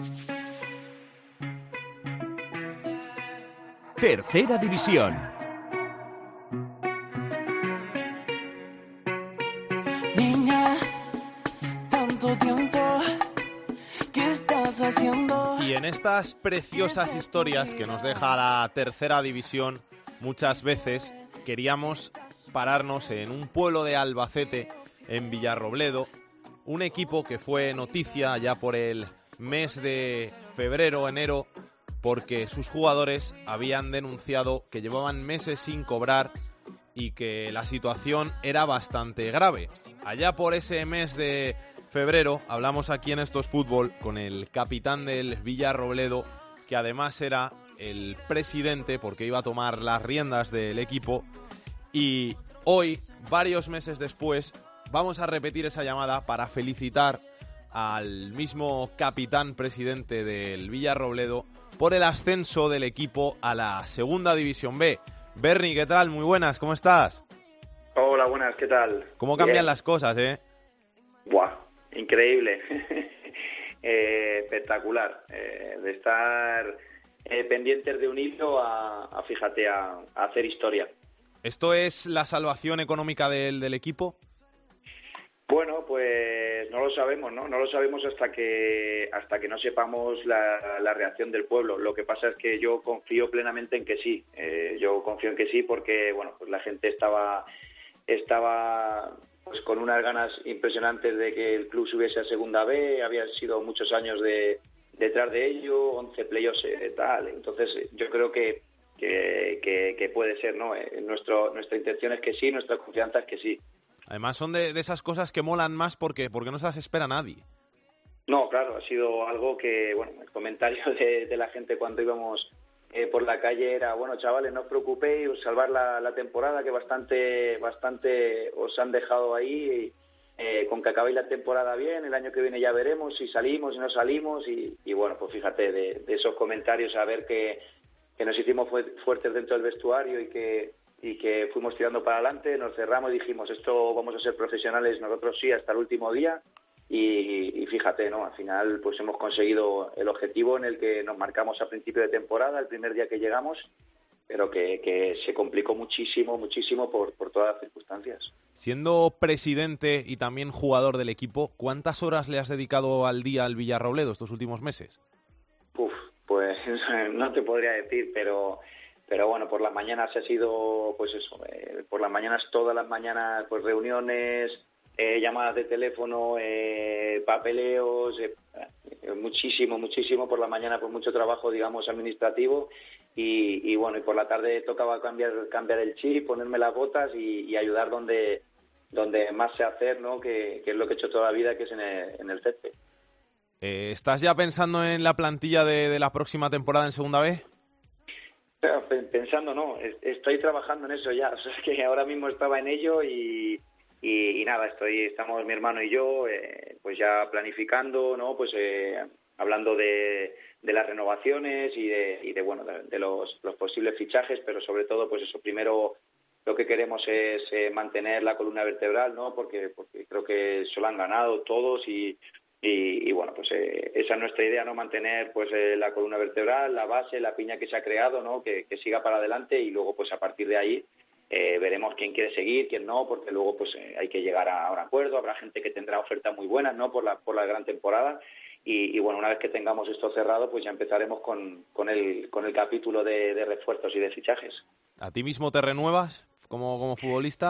Tercera división. Y en estas preciosas historias que nos deja la tercera división, muchas veces queríamos pararnos en un pueblo de Albacete, en Villarrobledo, un equipo que fue noticia ya por el mes de febrero, enero, porque sus jugadores habían denunciado que llevaban meses sin cobrar y que la situación era bastante grave. Allá por ese mes de febrero hablamos aquí en Esto es Fútbol con el capitán del Villarrobledo, que además era el presidente porque iba a tomar las riendas del equipo, y hoy, varios meses después, vamos a repetir esa llamada para felicitar al mismo capitán presidente del Villarrobledo por el ascenso del equipo a la Segunda División B. Berni, ¿qué tal? Muy buenas, ¿cómo estás? Hola, buenas, ¿qué tal? ¿Cómo cambian Bien. las cosas, eh? Buah, increíble. eh, espectacular. Eh, de estar eh, pendientes de un hilo a, a fíjate, a, a hacer historia. ¿Esto es la salvación económica del, del equipo? Bueno, pues no lo sabemos, ¿no? No lo sabemos hasta que hasta que no sepamos la, la reacción del pueblo. Lo que pasa es que yo confío plenamente en que sí. Eh, yo confío en que sí porque, bueno, pues la gente estaba estaba pues con unas ganas impresionantes de que el club subiese a Segunda B. Habían sido muchos años de detrás de ello, once playoffs y tal. Entonces yo creo que que, que, que puede ser, ¿no? Eh, nuestro nuestra intención es que sí, nuestra confianza es que sí. Además son de, de esas cosas que molan más porque, porque no se las espera nadie. No, claro, ha sido algo que, bueno, el comentario de, de la gente cuando íbamos eh, por la calle era, bueno, chavales, no os preocupéis, salvar la, la temporada, que bastante bastante os han dejado ahí, eh, con que acabéis la temporada bien, el año que viene ya veremos si salimos, si no salimos, y, y bueno, pues fíjate, de, de esos comentarios a ver que, que nos hicimos fuertes dentro del vestuario y que y que fuimos tirando para adelante, nos cerramos y dijimos, esto vamos a ser profesionales nosotros sí hasta el último día. Y, y fíjate, ¿no? Al final pues hemos conseguido el objetivo en el que nos marcamos a principio de temporada, el primer día que llegamos, pero que, que se complicó muchísimo, muchísimo por, por todas las circunstancias. Siendo presidente y también jugador del equipo, ¿cuántas horas le has dedicado al día al Villarrobledo estos últimos meses? Uf, pues no te podría decir, pero pero bueno, por las mañanas ha sido, pues eso, eh, por las mañanas, todas las mañanas, pues reuniones, eh, llamadas de teléfono, eh, papeleos, eh, muchísimo, muchísimo, por la mañana pues mucho trabajo, digamos, administrativo. Y, y bueno, y por la tarde tocaba cambiar cambiar el chip, ponerme las botas y, y ayudar donde donde más sé hacer, ¿no? Que, que es lo que he hecho toda la vida, que es en el, en el césped. Eh, ¿Estás ya pensando en la plantilla de, de la próxima temporada en Segunda B? Pero, pensando, no, estoy trabajando en eso ya. O sea, es que ahora mismo estaba en ello y, y, y nada, estoy estamos mi hermano y yo, eh, pues ya planificando, ¿no? Pues eh, hablando de de las renovaciones y de, y de bueno de, de los, los posibles fichajes, pero sobre todo pues eso, primero lo que queremos es eh, mantener la columna vertebral, ¿no? Porque porque creo que se lo han ganado todos y y, y bueno, pues eh, esa es nuestra idea, ¿no? Mantener pues eh, la columna vertebral, la base, la piña que se ha creado, ¿no? Que, que siga para adelante y luego pues a partir de ahí eh, veremos quién quiere seguir, quién no, porque luego pues eh, hay que llegar a un acuerdo, habrá gente que tendrá ofertas muy buenas, ¿no? Por la por la gran temporada. Y, y bueno, una vez que tengamos esto cerrado, pues ya empezaremos con, con el con el capítulo de, de refuerzos y de fichajes. ¿A ti mismo te renuevas como, como futbolista?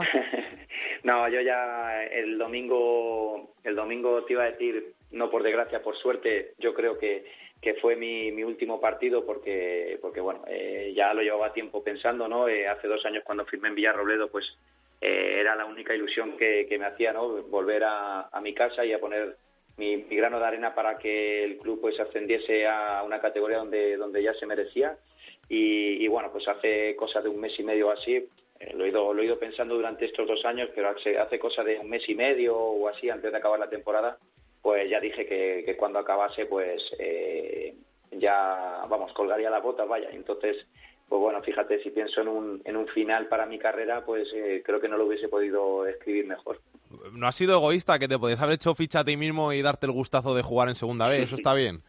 No, yo ya el domingo el domingo te iba a decir, no por desgracia, por suerte, yo creo que, que fue mi, mi último partido porque, porque bueno, eh, ya lo llevaba tiempo pensando, ¿no? Eh, hace dos años cuando firmé en Villarrobledo, pues eh, era la única ilusión que, que me hacía, ¿no? Volver a, a mi casa y a poner Mi, mi grano de arena para que el club pues ascendiese a una categoría donde donde ya se merecía y, y bueno, pues hace cosa de un mes y medio así, eh, lo he ido lo he ido pensando durante estos dos años, pero hace, hace cosa de un mes y medio o así antes de acabar la temporada, pues ya dije que, que cuando acabase pues eh, ya vamos colgaría las botas, vaya. Entonces pues bueno, fíjate, si pienso en un en un final para mi carrera, pues eh, creo que no lo hubiese podido escribir mejor. ¿No has sido egoísta, que te podías haber hecho ficha a ti mismo y darte el gustazo de jugar en Segunda B? ¿Eso está bien?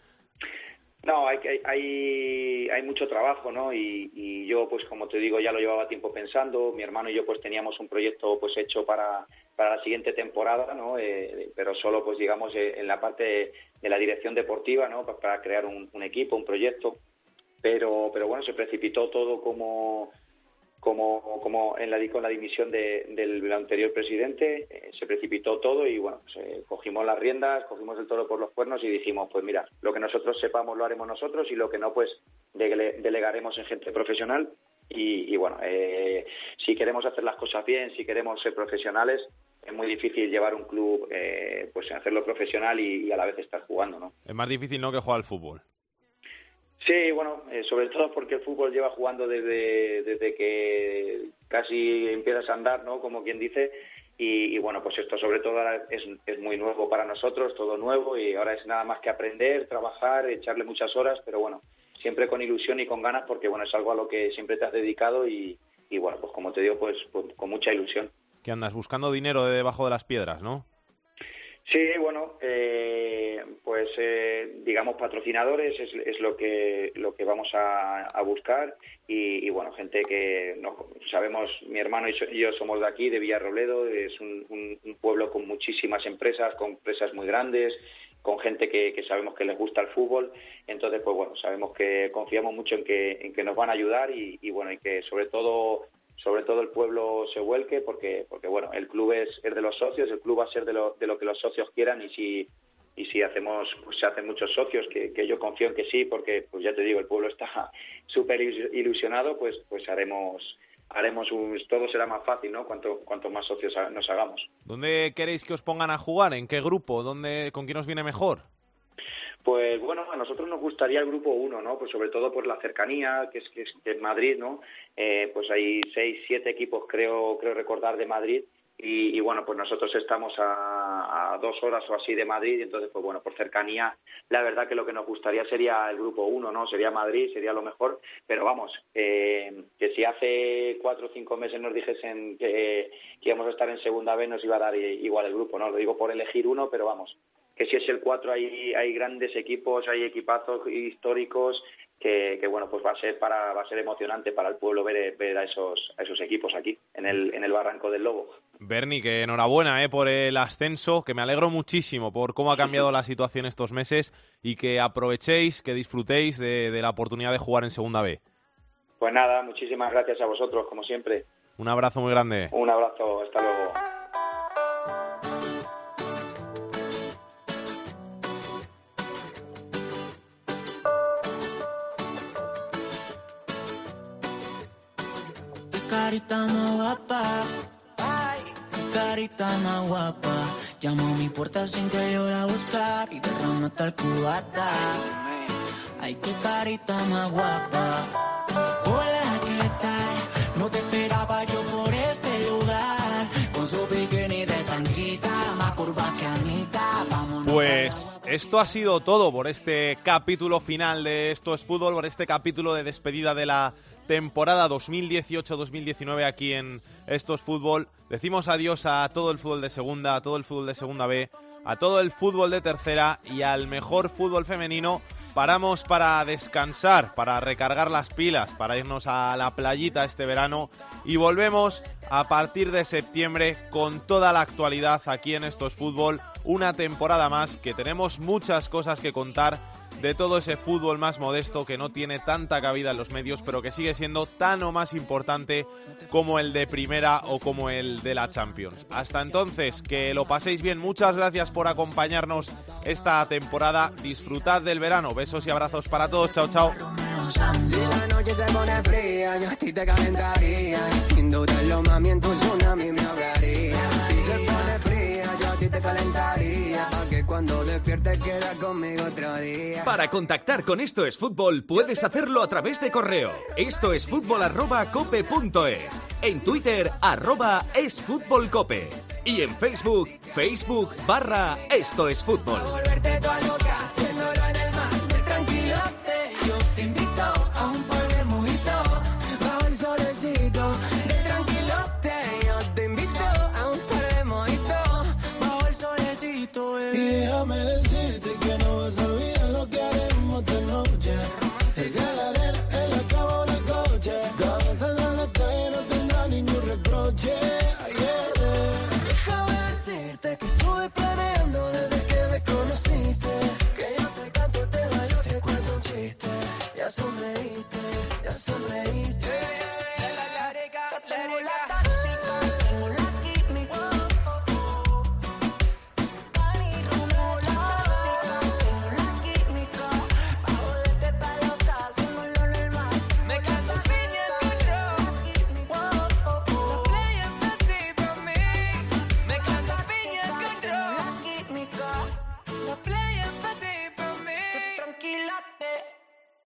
No, hay, hay, hay, hay mucho trabajo, ¿no? Y, y yo, pues como te digo, ya lo llevaba tiempo pensando. Mi hermano y yo, pues teníamos un proyecto pues hecho para, para la siguiente temporada, ¿no? Eh, pero solo, pues digamos, eh, en la parte de, de la dirección deportiva, ¿no? Para, para crear un, un equipo, un proyecto. Pero, pero bueno, se precipitó todo como... como como en la con la dimisión de, del anterior presidente, eh, se precipitó todo y bueno, pues, eh, cogimos las riendas, cogimos el toro por los cuernos y dijimos, pues mira, lo que nosotros sepamos lo haremos nosotros y lo que no, pues dele, delegaremos en gente profesional y, y bueno, eh, si queremos hacer las cosas bien, si queremos ser profesionales, es muy difícil llevar un club, eh, pues hacerlo profesional y, y a la vez estar jugando, ¿no? Es más difícil, ¿no?, que jugar al fútbol. Sí, bueno, eh, sobre todo porque el fútbol lleva jugando desde desde que casi empiezas a andar, ¿no? Como quien dice, y, y bueno, pues esto sobre todo ahora es, es muy nuevo para nosotros, todo nuevo, y ahora es nada más que aprender, trabajar, echarle muchas horas, pero bueno, siempre con ilusión y con ganas, porque bueno, es algo a lo que siempre te has dedicado y, y bueno, pues como te digo, pues, pues con mucha ilusión. Que andas buscando dinero de debajo de las piedras, ¿no? Sí, bueno, eh, pues eh, digamos patrocinadores es, es lo que lo que vamos a, a buscar y, y bueno, gente que no sabemos, mi hermano y yo somos de aquí, de Villarrobledo, es un, un, un pueblo con muchísimas empresas, con empresas muy grandes, con gente que, que sabemos que les gusta el fútbol, entonces pues bueno, sabemos que confiamos mucho en que en que nos van a ayudar y, y bueno, y que sobre todo sobre todo el pueblo se vuelque porque porque bueno, el club es, es de los socios, el club va a ser de lo, de lo que los socios quieran y si y si hacemos pues se hacen muchos socios que, que yo confío en que sí, porque pues ya te digo, el pueblo está súper ilusionado, pues pues haremos haremos un, todo será más fácil, ¿no? Cuanto cuanto más socios nos hagamos. ¿Dónde queréis que os pongan a jugar? ¿En qué grupo? ¿Dónde, con quién os viene mejor? Pues bueno, a nosotros nos gustaría el grupo uno, ¿no? Pues sobre todo por la cercanía, que es que es, que es Madrid, ¿no? Eh, pues hay seis, siete equipos, creo creo recordar, de Madrid y, y bueno, pues nosotros estamos a, a, a dos horas o así de Madrid, y entonces, pues bueno, por cercanía, la verdad que lo que nos gustaría sería el grupo uno, ¿no? Sería Madrid, sería lo mejor, pero vamos, eh, que si hace cuatro o cinco meses nos dijesen que, que íbamos a estar en segunda B, nos iba a dar igual el grupo, ¿no? Lo digo por elegir uno, pero vamos, que si es el cuatro hay, hay grandes equipos, hay equipazos históricos, que, que bueno, pues va a ser para va a ser emocionante para el pueblo ver, ver a esos a esos equipos aquí en el en el Barranco del Lobo. Berni, que enhorabuena eh, por el ascenso, que me alegro muchísimo por cómo ha cambiado la situación estos meses y que aprovechéis, que disfrutéis de, de la oportunidad de jugar en Segunda B. Pues nada, muchísimas gracias a vosotros, como siempre. Un abrazo muy grande. Un abrazo, hasta luego. Carita más guapa, ay, qué carita más guapa. Llamo a mi puerta sin que yo la buscar y derrama tal cubata. Ay, qué carita más guapa. Hola, ¿qué tal? No te esperaba yo por este lugar. Con su bikini de tanquita, más curva que Anita. Vámonos. Pues esto ha sido todo por este capítulo final de Esto es Fútbol, por este capítulo de despedida de la temporada dos mil dieciocho dos mil diecinueve aquí en Esto es Fútbol. Decimos adiós a todo el fútbol de segunda, a todo el fútbol de segunda B, a todo el fútbol de tercera y al mejor fútbol femenino. Paramos para descansar, para recargar las pilas, para irnos a la playita este verano y volvemos a partir de septiembre con toda la actualidad aquí en Esto es Fútbol. Una temporada más que tenemos muchas cosas que contar de todo ese fútbol más modesto que no tiene tanta cabida en los medios, pero que sigue siendo tan o más importante como el de Primera o como el de la Champions. Hasta entonces, que lo paséis bien. Muchas gracias por acompañarnos esta temporada. Disfrutad del verano. Besos y abrazos para todos. Chao, chao. Si la noche se pone fría, yo a ti te calentaría. Sin dudarlo, mami, en tu tsunami me ahogaría. Si se pone fría, yo a ti te calentaría. Pa' que cuando despiertes quieras conmigo otro día. Para contactar con Esto es Fútbol puedes hacerlo a través de correo. Esto es fútbol arroba cope punto es. En Twitter, arroba esfutbolcope. Y en Facebook, Facebook barra Esto es Fútbol. A volverte toda loca, haciéndolo en el mar del tranquilote. Yo te invito a un par de mojitos bajo el solecito del tranquilote. Yo te invito a un par de mojitos bajo el solecito, eh. Y déjame decirte que no vas a olvidar lo que haremos de noche. Desde la arena, en la cama o en el coche. Todas saldrán en la calle, no tendrá ningún reproche. Yeah. Déjame decirte que estuve planeando desde que me conociste. Que yo te canto, te bailo, te cuento un chiste. Ya sonreíste.